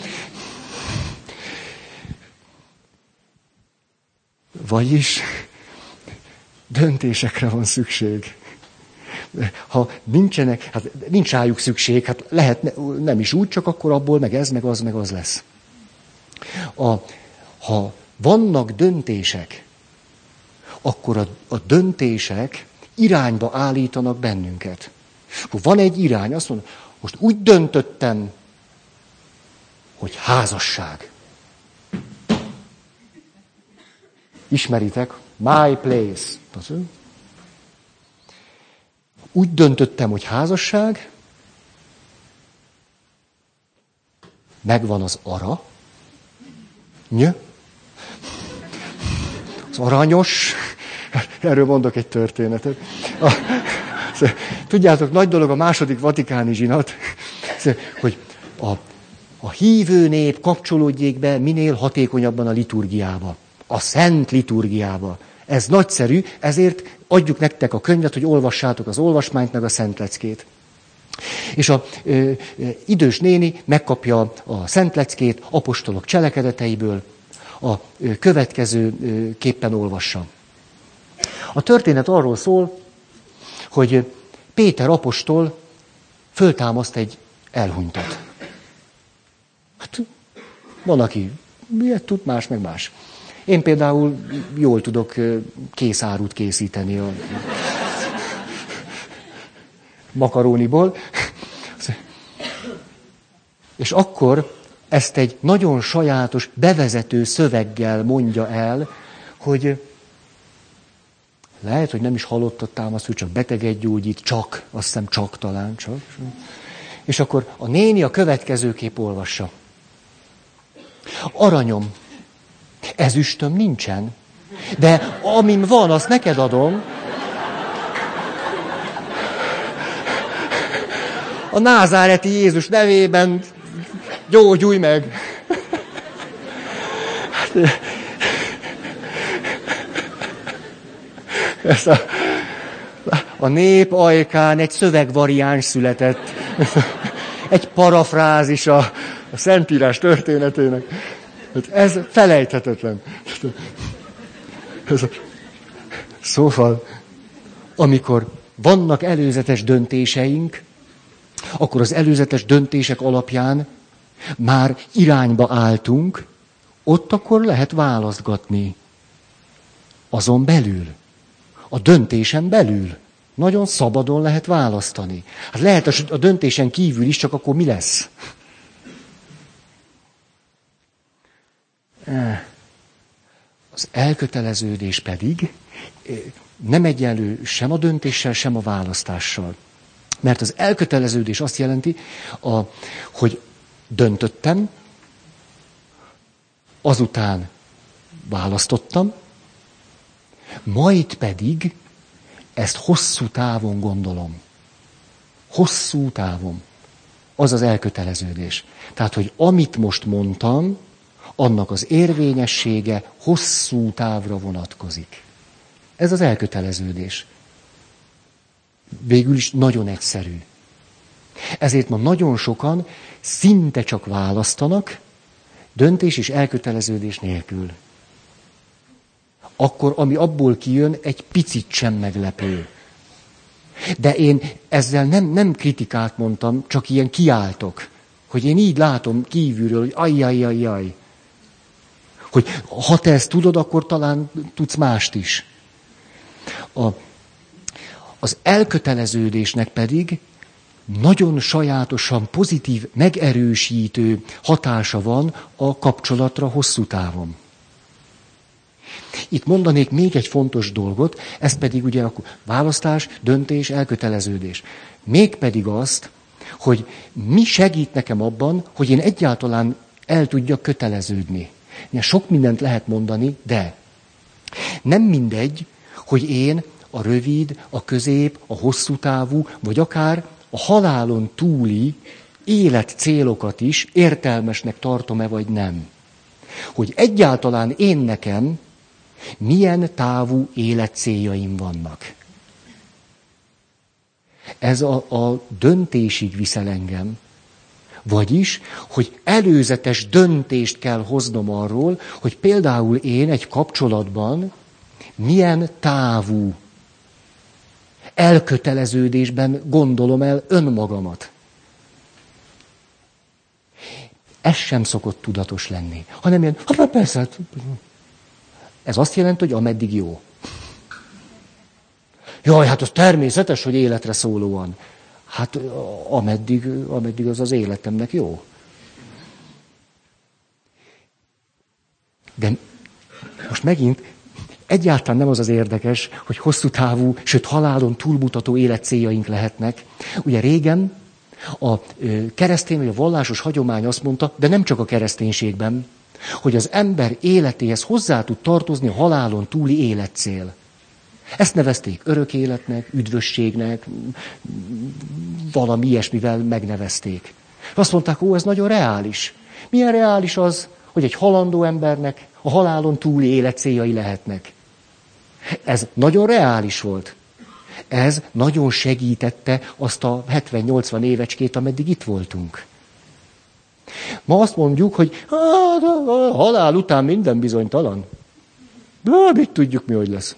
Vagyis döntésekre van szükség. Ha nincsenek, hát nincs rájuk szükség, hát lehet nem is úgy, csak akkor abból meg ez, meg az lesz. Ha vannak döntések, akkor a döntések irányba állítanak bennünket. Akkor van egy irány, azt mondom, most úgy döntöttem, hogy házasság. Ismeritek? My place. Úgy döntöttem, hogy házasság, megvan az ara, az aranyos, erről mondok egy történetet. Tudjátok, nagy dolog a második vatikáni zsinat, hogy a hívő nép kapcsolódjék be minél hatékonyabban a liturgiába. A szent liturgiába. Ez nagyszerű, ezért adjuk nektek a könyvet, hogy olvassátok az olvasmányt, meg a szentleckét. És a idős néni megkapja a szentleckét apostolok cselekedeteiből, a következő képpen olvassa. A történet arról szól, hogy Péter apostol föltámaszt egy elhunytat. Hát van, aki miért tud, más meg más. Én például jól tudok készárút készíteni a makaróniból. És akkor ezt egy nagyon sajátos, bevezető szöveggel mondja el, hogy lehet, hogy nem is halottat támaszt, hogy csak beteget gyógyít, csak, azt hiszem csak talán, csak. És akkor a néni a következőképp olvassa. Aranyom, ezüstöm nincsen, de amin van, azt neked adom. A názáreti Jézus nevében gyógyulj meg. Ez a nép ajkán egy szövegvariáns született. Egy parafrázis a Szentírás történetének. Ez felejthetetlen. Szóval, amikor vannak előzetes döntéseink, akkor az előzetes döntések alapján már irányba álltunk, ott akkor lehet választgatni. Azon belül. A döntésen belül. Nagyon szabadon lehet választani. Hát lehet a döntésen kívül is, csak akkor mi lesz? Az elköteleződés pedig nem egyenlő sem a döntéssel, sem a választással. Mert az elköteleződés azt jelenti, hogy döntöttem, azután választottam, majd pedig ezt hosszú távon gondolom. Hosszú távon. Az az elköteleződés. Tehát, hogy amit most mondtam, annak az érvényessége hosszú távra vonatkozik. Ez az elköteleződés. Végül is nagyon egyszerű. Ezért ma nagyon sokan szinte csak választanak, döntés és elköteleződés nélkül. Akkor, ami abból kijön, egy picit sem meglepő. De én ezzel nem kritikát mondtam, csak ilyen kiáltok. Hogy én így látom kívülről, hogy ajjajjajjaj. Hogy ha te ezt tudod, akkor talán tudsz mást is. Az elköteleződésnek pedig nagyon sajátosan pozitív, megerősítő hatása van a kapcsolatra hosszú távon. Itt mondanék még egy fontos dolgot, ez pedig ugye a választás, döntés, elköteleződés. Mégpedig azt, hogy mi segít nekem abban, hogy én egyáltalán el tudjak köteleződni. Sok mindent lehet mondani, de nem mindegy, hogy én a rövid, a közép, a hosszú távú, vagy akár a halálon túli életcélokat is értelmesnek tartom-e, vagy nem. Hogy egyáltalán én nekem milyen távú életcéljaim vannak. Ez a döntésig viszel engem. Vagyis, hogy előzetes döntést kell hoznom arról, hogy például én egy kapcsolatban milyen távú elköteleződésben gondolom el önmagamat. Ez sem szokott tudatos lenni. Hanem ilyen, persze, ez azt jelenti, hogy ameddig jó. Jaj, hát az természetes, hogy életre szólóan. Hát ameddig az az életemnek jó. De most megint egyáltalán nem az az érdekes, hogy hosszú távú, sőt halálon túlmutató életcéljaink lehetnek. Ugye régen a keresztény vagy a vallásos hagyomány azt mondta, de nem csak a kereszténységben, hogy az ember életéhez hozzá tud tartozni a halálon túli életcél. Ezt nevezték örök életnek, üdvösségnek, valami ilyesmivel megnevezték. Azt mondták, ez nagyon reális. Milyen reális az, hogy egy halandó embernek a halálon túli életcéljai lehetnek. Ez nagyon reális volt. Ez nagyon segítette azt a 70-80 évecskét, ameddig itt voltunk. Ma azt mondjuk, hogy a halál után minden bizonytalan. De mit tudjuk mi, hogy lesz.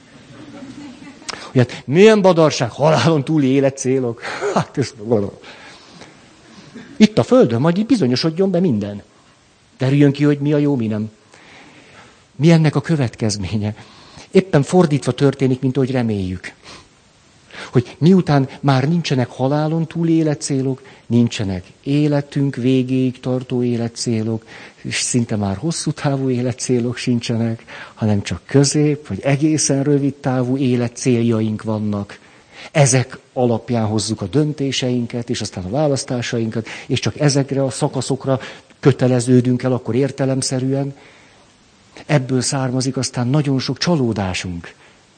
Hát, milyen badarság, halálon túli életcélok. Hát ezt gondolom. Itt a Földön majd így bizonyosodjon be minden. Derüljön ki, hogy mi a jó, mi nem. Mi ennek a következménye? Éppen fordítva történik, mint ahogy reméljük. Hogy miután már nincsenek halálon túli életcélok, nincsenek életünk végéig tartó életcélok, és szinte már hosszú távú életcélok sincsenek, hanem csak közép, vagy egészen rövid távú életcéljaink vannak. Ezek alapján hozzuk a döntéseinket, és aztán a választásainkat, és csak ezekre a szakaszokra köteleződünk el akkor értelemszerűen. Ebből származik aztán nagyon sok csalódásunk.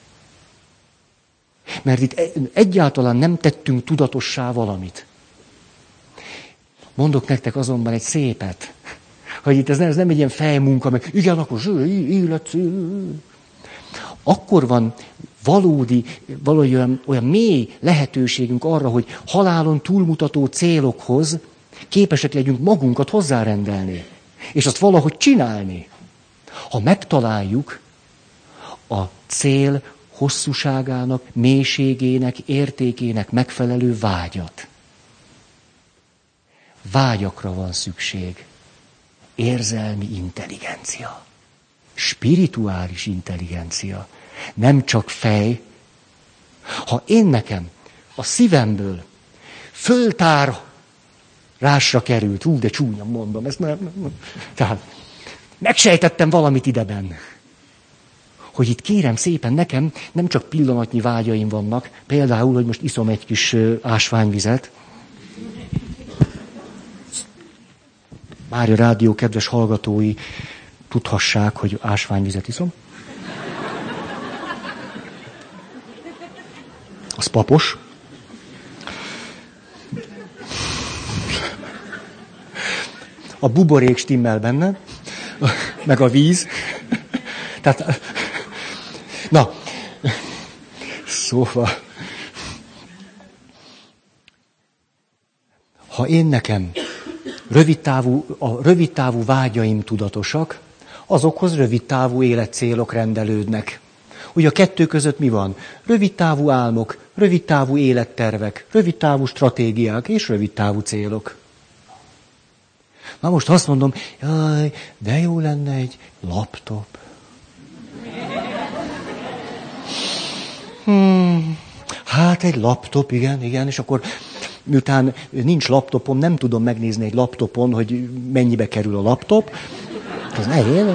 Mert itt egyáltalán nem tettünk tudatossá valamit. Mondok nektek azonban egy szépet. Hogy itt ez nem egy ilyen fejmunka, meg igen, akkor élet. Akkor van valódi olyan mély lehetőségünk arra, hogy halálon túlmutató célokhoz képesek legyünk magunkat hozzárendelni. És azt valahogy csinálni. Ha megtaláljuk a cél hosszúságának, mélységének, értékének megfelelő vágyat. Vágyakra van szükség. Érzelmi intelligencia. Spirituális intelligencia. Nem csak fej. Ha én nekem a szívemből föltárásra került, de csúnyan mondom, ezt nem. Tehát megsejtettem valamit ideben. Hogy itt kérem szépen, nekem nem csak pillanatnyi vágyaim vannak, például, hogy most iszom egy kis ásványvizet. Mária Rádió kedves hallgatói tudhassák, hogy ásványvizet iszom. Az papos. A buborék stimmel benne, meg a víz. Tehát, na, szóval, ha én nekem rövidtávú vágyaim tudatosak, azokhoz rövidtávú életcélok rendelődnek. Ugye a kettő között mi van? Rövidtávú álmok, rövidtávú élettervek, rövidtávú stratégiák és rövidtávú célok. Na most azt mondom, jaj, de jó lenne egy laptop. Hát egy laptop, igen, és akkor miután nincs laptopom, nem tudom megnézni egy laptopon, hogy mennyibe kerül a laptop. Az nehéz.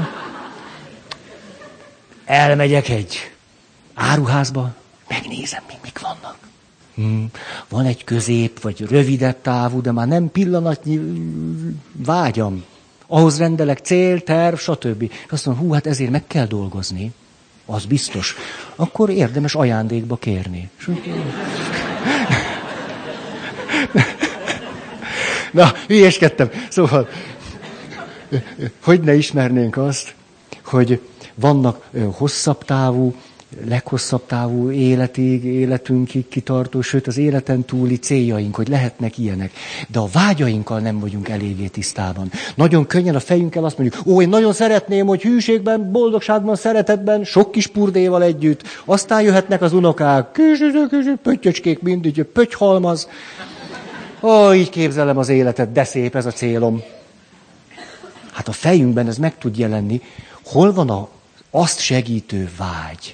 Elmegyek egy áruházba, megnézem, mik vannak. Van egy közép, vagy rövidebb távú, de már nem pillanatnyi vágyam. Ahhoz rendelek cél, terv, stb. És azt mondom, hát ezért meg kell dolgozni. Az biztos. Akkor érdemes ajándékba kérni. Na, hülyéskedtem. Szóval, hogy ne ismernénk azt, hogy vannak hosszabb távú, leghosszabb távú életünkig kitartó, sőt az életen túli céljaink, hogy lehetnek ilyenek. De a vágyainkkal nem vagyunk eléggé tisztában. Nagyon könnyen a fejünkkel azt mondjuk, én nagyon szeretném, hogy hűségben, boldogságban, szeretetben, sok kis purdéval együtt, aztán jöhetnek az unokák, kis pöttyöcskék mindig, pöttyhalmaz. Így képzelem az életet, de szép ez a célom. Hát a fejünkben ez meg tud jelenni, hol van azt segítő vágy.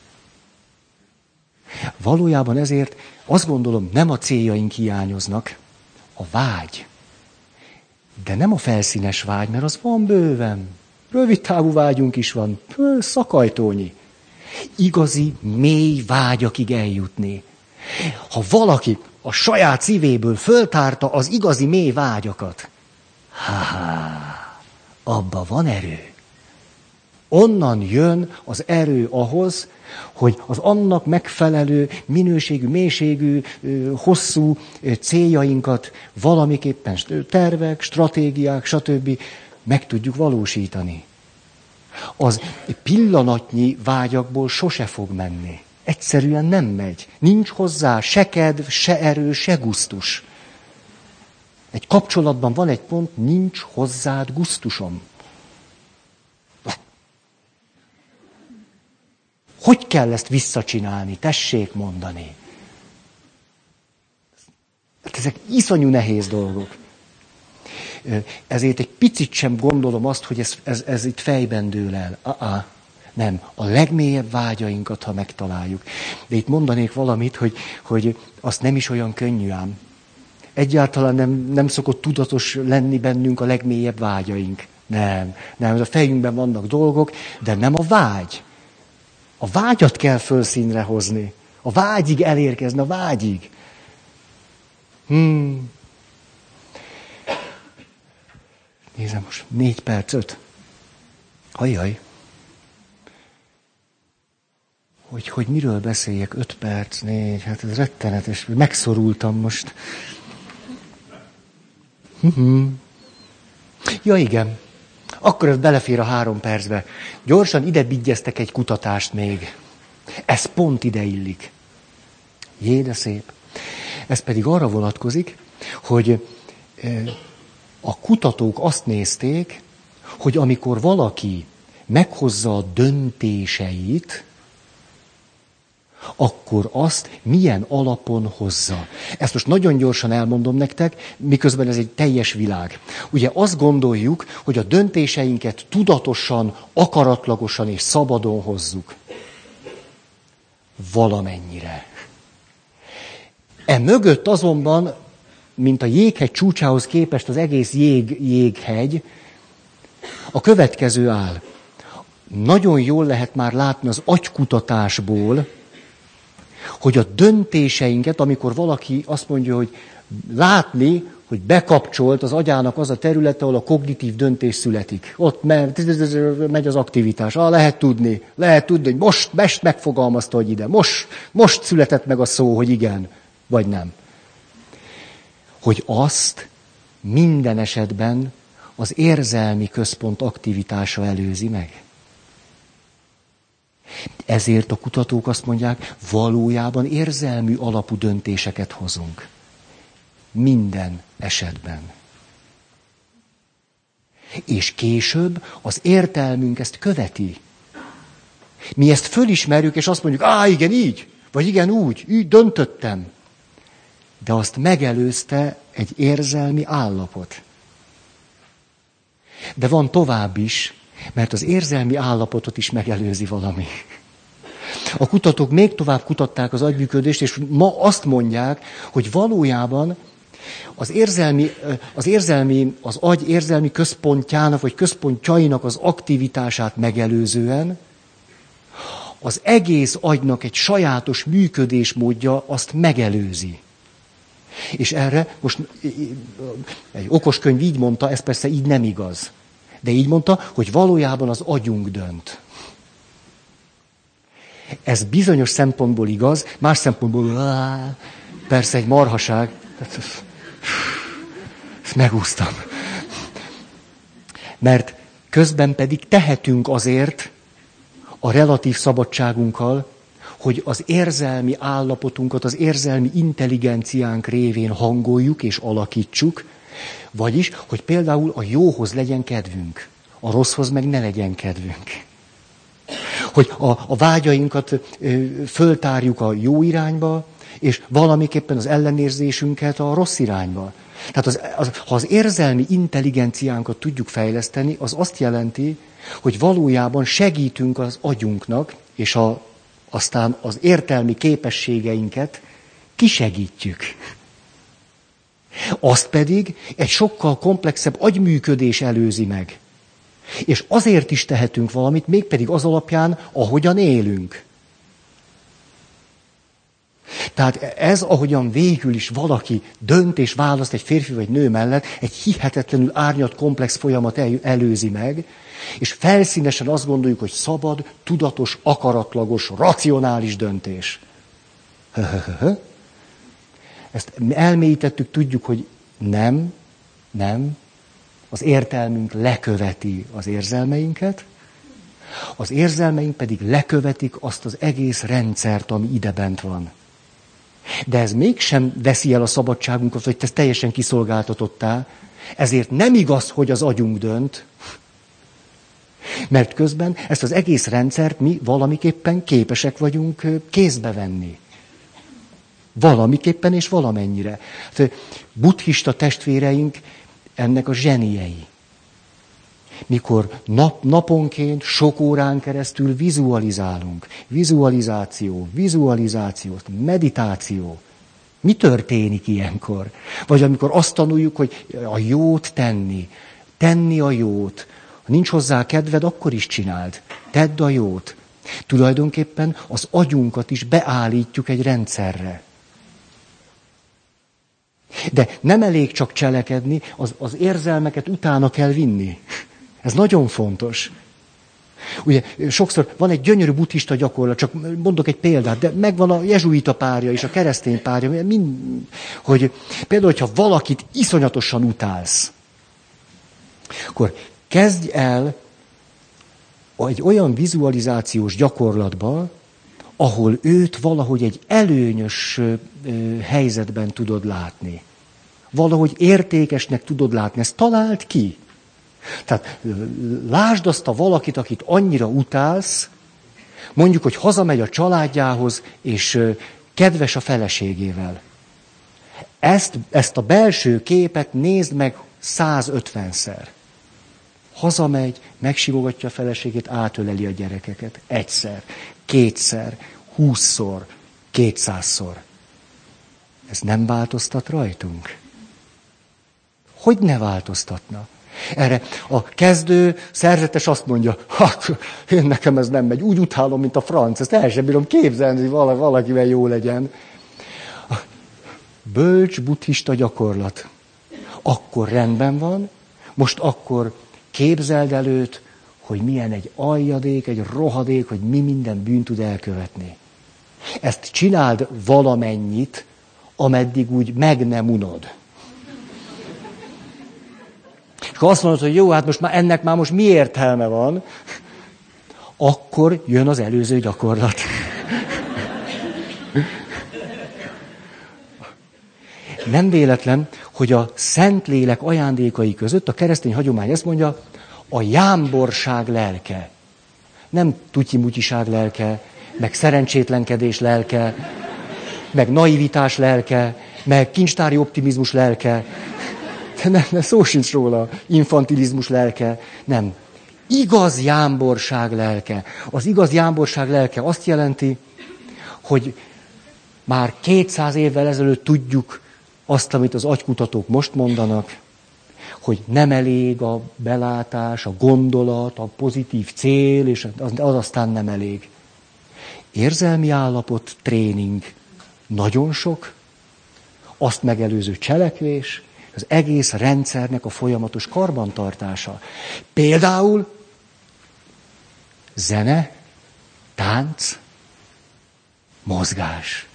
Valójában ezért azt gondolom, nem a céljaink hiányoznak, a vágy. De nem a felszínes vágy, mert az van bőven. Rövid távú vágyunk is van, szakajtónyi. Igazi, mély vágyakig eljutni. Ha valaki a saját szívéből föltárta az igazi mély vágyakat, abba van erő. Onnan jön az erő ahhoz, hogy az annak megfelelő minőségű, mélységű, hosszú céljainkat valamiképpen tervek, stratégiák, stb. Meg tudjuk valósítani. Az pillanatnyi vágyakból sose fog menni. Egyszerűen nem megy. Nincs hozzá se kedv, se erő, se gusztus. Egy kapcsolatban van egy pont, nincs hozzád gusztusom. Hogy kell ezt visszacsinálni? Tessék mondani. Ezek iszonyú nehéz dolgok. Ezért egy picit sem gondolom azt, hogy ez itt fejben dől el. Nem. A legmélyebb vágyainkat, ha megtaláljuk. De itt mondanék valamit, hogy azt nem is olyan könnyű ám. Egyáltalán nem szokott tudatos lenni bennünk a legmélyebb vágyaink. Nem. A fejünkben vannak dolgok, de nem a vágy. A vágyat kell fölszínre hozni. A vágyig elérkezni, a vágyig. Nézem most, 4 perc, 5. Ajjaj. Hogy miről beszéljek? 5 perc, 4, hát ez rettenetes. Megszorultam most. Ja, igen. Akkor ez belefér a 3 percbe. Gyorsan ide vigyeztek egy kutatást még. Ez pont ide illik. Jé, de szép. Ez pedig arra vonatkozik, hogy a kutatók azt nézték, hogy amikor valaki meghozza a döntéseit, akkor azt milyen alapon hozza. Ezt most nagyon gyorsan elmondom nektek, miközben ez egy teljes világ. Ugye azt gondoljuk, hogy a döntéseinket tudatosan, akaratlagosan és szabadon hozzuk. Valamennyire. Mögött azonban, mint a jéghegy csúcsához képest az egész jéghegy, a következő áll. Nagyon jól lehet már látni az agykutatásból, hogy a döntéseinket, amikor valaki azt mondja, hogy látni, hogy bekapcsolt az agyának az a terület, ahol a kognitív döntés születik. Ott megy az aktivitás. Lehet tudni, hogy most megfogalmazta, hogy ide. Most született meg a szó, hogy igen, vagy nem. Hogy azt minden esetben az érzelmi központ aktivitása előzi meg. Ezért a kutatók azt mondják, valójában érzelmű alapú döntéseket hozunk. Minden esetben. És később az értelmünk ezt követi. Mi ezt fölismerjük, és azt mondjuk, igen, így, vagy igen, úgy döntöttem. De azt megelőzte egy érzelmi állapot. De van tovább is, mert az érzelmi állapotot is megelőzi valami. A kutatók még tovább kutatták az agyműködést, és ma azt mondják, hogy valójában az agy érzelmi központjának, vagy központjainak az aktivitását megelőzően az egész agynak egy sajátos működésmódja azt megelőzi. És erre most egy okos könyv így mondta, ez persze így nem igaz. De így mondta, hogy valójában az agyunk dönt. Ez bizonyos szempontból igaz, más szempontból persze egy marhaság. Ezt megúsztam. Mert közben pedig tehetünk azért a relatív szabadságunkkal, hogy az érzelmi állapotunkat, az érzelmi intelligenciánk révén hangoljuk és alakítsuk, vagyis, hogy például a jóhoz legyen kedvünk, a rosszhoz meg ne legyen kedvünk. Hogy a vágyainkat föltárjuk a jó irányba, és valamiképpen az ellenérzésünket a rossz irányba. Tehát ha az érzelmi intelligenciánkat tudjuk fejleszteni, az azt jelenti, hogy valójában segítünk az agyunknak, és aztán az értelmi képességeinket kisegítjük. Azt pedig egy sokkal komplexebb agyműködés előzi meg. És azért is tehetünk valamit, mégpedig az alapján, ahogyan élünk. Tehát ez, ahogyan végül is valaki dönt és választ egy férfi vagy nő mellett, egy hihetetlenül árnyalt, komplex folyamat előzi meg, és felszínesen azt gondoljuk, hogy szabad, tudatos, akaratlagos, racionális döntés. Ezt elmélyítettük, tudjuk, hogy nem. Az értelmünk leköveti az érzelmeinket, az érzelmeink pedig lekövetik azt az egész rendszert, ami idebent van. De ez mégsem veszi el a szabadságunkat, hogy te teljesen kiszolgáltatottál, ezért nem igaz, hogy az agyunk dönt, mert közben ezt az egész rendszert mi valamiképpen képesek vagyunk kézbe venni. Valamiképpen és valamennyire. Buddhista testvéreink ennek a zseniei. Mikor naponként sok órán keresztül vizualizálunk. Vizualizáció, meditáció. Mi történik ilyenkor? Vagy amikor azt tanuljuk, hogy a jót tenni a jót. Ha nincs hozzá kedved, akkor is csináld. Tedd a jót. Tulajdonképpen az agyunkat is beállítjuk egy rendszerre. De nem elég csak cselekedni, az érzelmeket utána kell vinni. Ez nagyon fontos. Ugye sokszor van egy gyönyörű buddhista gyakorlat, csak mondok egy példát, de megvan a jezsuita párja és a keresztény párja, hogy például, hogyha valakit iszonyatosan utálsz, akkor kezdj el egy olyan vizualizációs gyakorlatba, ahol őt valahogy egy előnyös helyzetben tudod látni. Valahogy értékesnek tudod látni. Ezt találd ki. Tehát lásd azt a valakit, akit annyira utálsz, mondjuk, hogy hazamegy a családjához, és kedves a feleségével. Ezt a belső képet nézd meg 150-szer. Hazamegy, megsimogatja a feleségét, átöleli a gyerekeket. 1-szer, 2-szer, 20-szor, 200-szor. Ez nem változtat rajtunk? Hogy ne változtatna? Erre a kezdő szerzetes azt mondja, én nekem ez nem megy, úgy utálom, mint a franc, ezt el sem bírom képzelni, hogy valakivel jó legyen. Bölcs buddhista gyakorlat. Akkor rendben van, most akkor képzeld előtt, hogy milyen egy aljadék, egy rohadék, hogy mi minden bűnt tud elkövetni. Ezt csináld valamennyit, ameddig úgy meg nem unod. És ha azt mondod, hogy jó, hát most már ennek már most mi értelme van, akkor jön az előző gyakorlat. Nem véletlen, hogy a Szentlélek ajándékai között a keresztény hagyomány ezt mondja, a jámborság lelke. Nem tutyimutyiság lelke, meg szerencsétlenkedés lelke, meg naivitás lelke, meg kincstári optimizmus lelke. Nem, szó sincs róla, infantilizmus lelke, nem. Igaz jámborság lelke. Az igaz jámborság lelke azt jelenti, hogy már 200 évvel ezelőtt tudjuk azt, amit az agykutatók most mondanak, hogy nem elég a belátás, a gondolat, a pozitív cél, és az aztán nem elég. Érzelmi állapot, tréning, nagyon sok, azt megelőző cselekvés, az egész rendszernek a folyamatos karbantartása. Például zene, tánc, mozgás,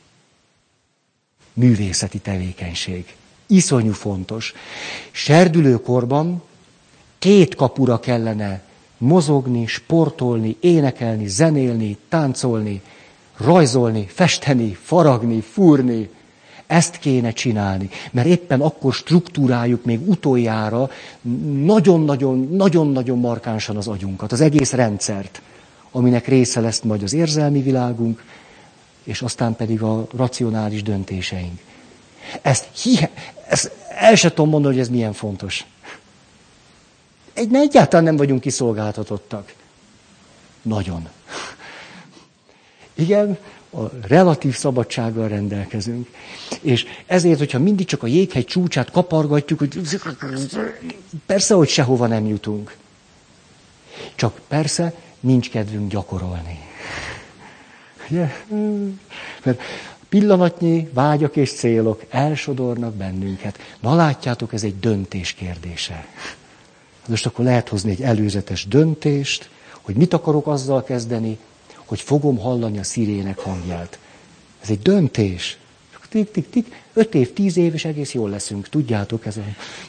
művészeti tevékenység. Iszonyú fontos. Serdülőkorban 2 kapura kellene mozogni, sportolni, énekelni, zenélni, táncolni, rajzolni, festeni, faragni, fúrni. Ezt kéne csinálni, mert éppen akkor struktúráljuk még utoljára nagyon-nagyon markánsan az agyunkat, az egész rendszert, aminek része lesz majd az érzelmi világunk, és aztán pedig a racionális döntéseink. Ezt el sem tudom mondani, hogy ez milyen fontos. Egyáltalán nem vagyunk kiszolgáltatottak. Nagyon. Igen, a relatív szabadsággal rendelkezünk. És ezért, hogyha mindig csak a jéghegy csúcsát kapargatjuk, hogy persze, hogy sehova nem jutunk. Csak persze nincs kedvünk gyakorolni. Mert pillanatnyi vágyak és célok elsodornak bennünket. Na látjátok, ez egy döntés kérdése. Most akkor lehet hozni egy előzetes döntést, hogy mit akarok azzal kezdeni, hogy fogom hallani a szirének hangját. Ez egy döntés. Tik-tik-tik, 5 év, 10 év, és egész jól leszünk. Tudjátok, ez a...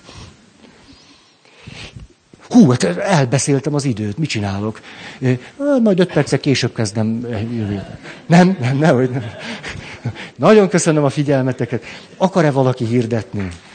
Hú, hát elbeszéltem az időt, mit csinálok? Majd 5 perccel később kezdem. Nem. Nagyon köszönöm a figyelmeteket. Akar-e valaki hirdetni?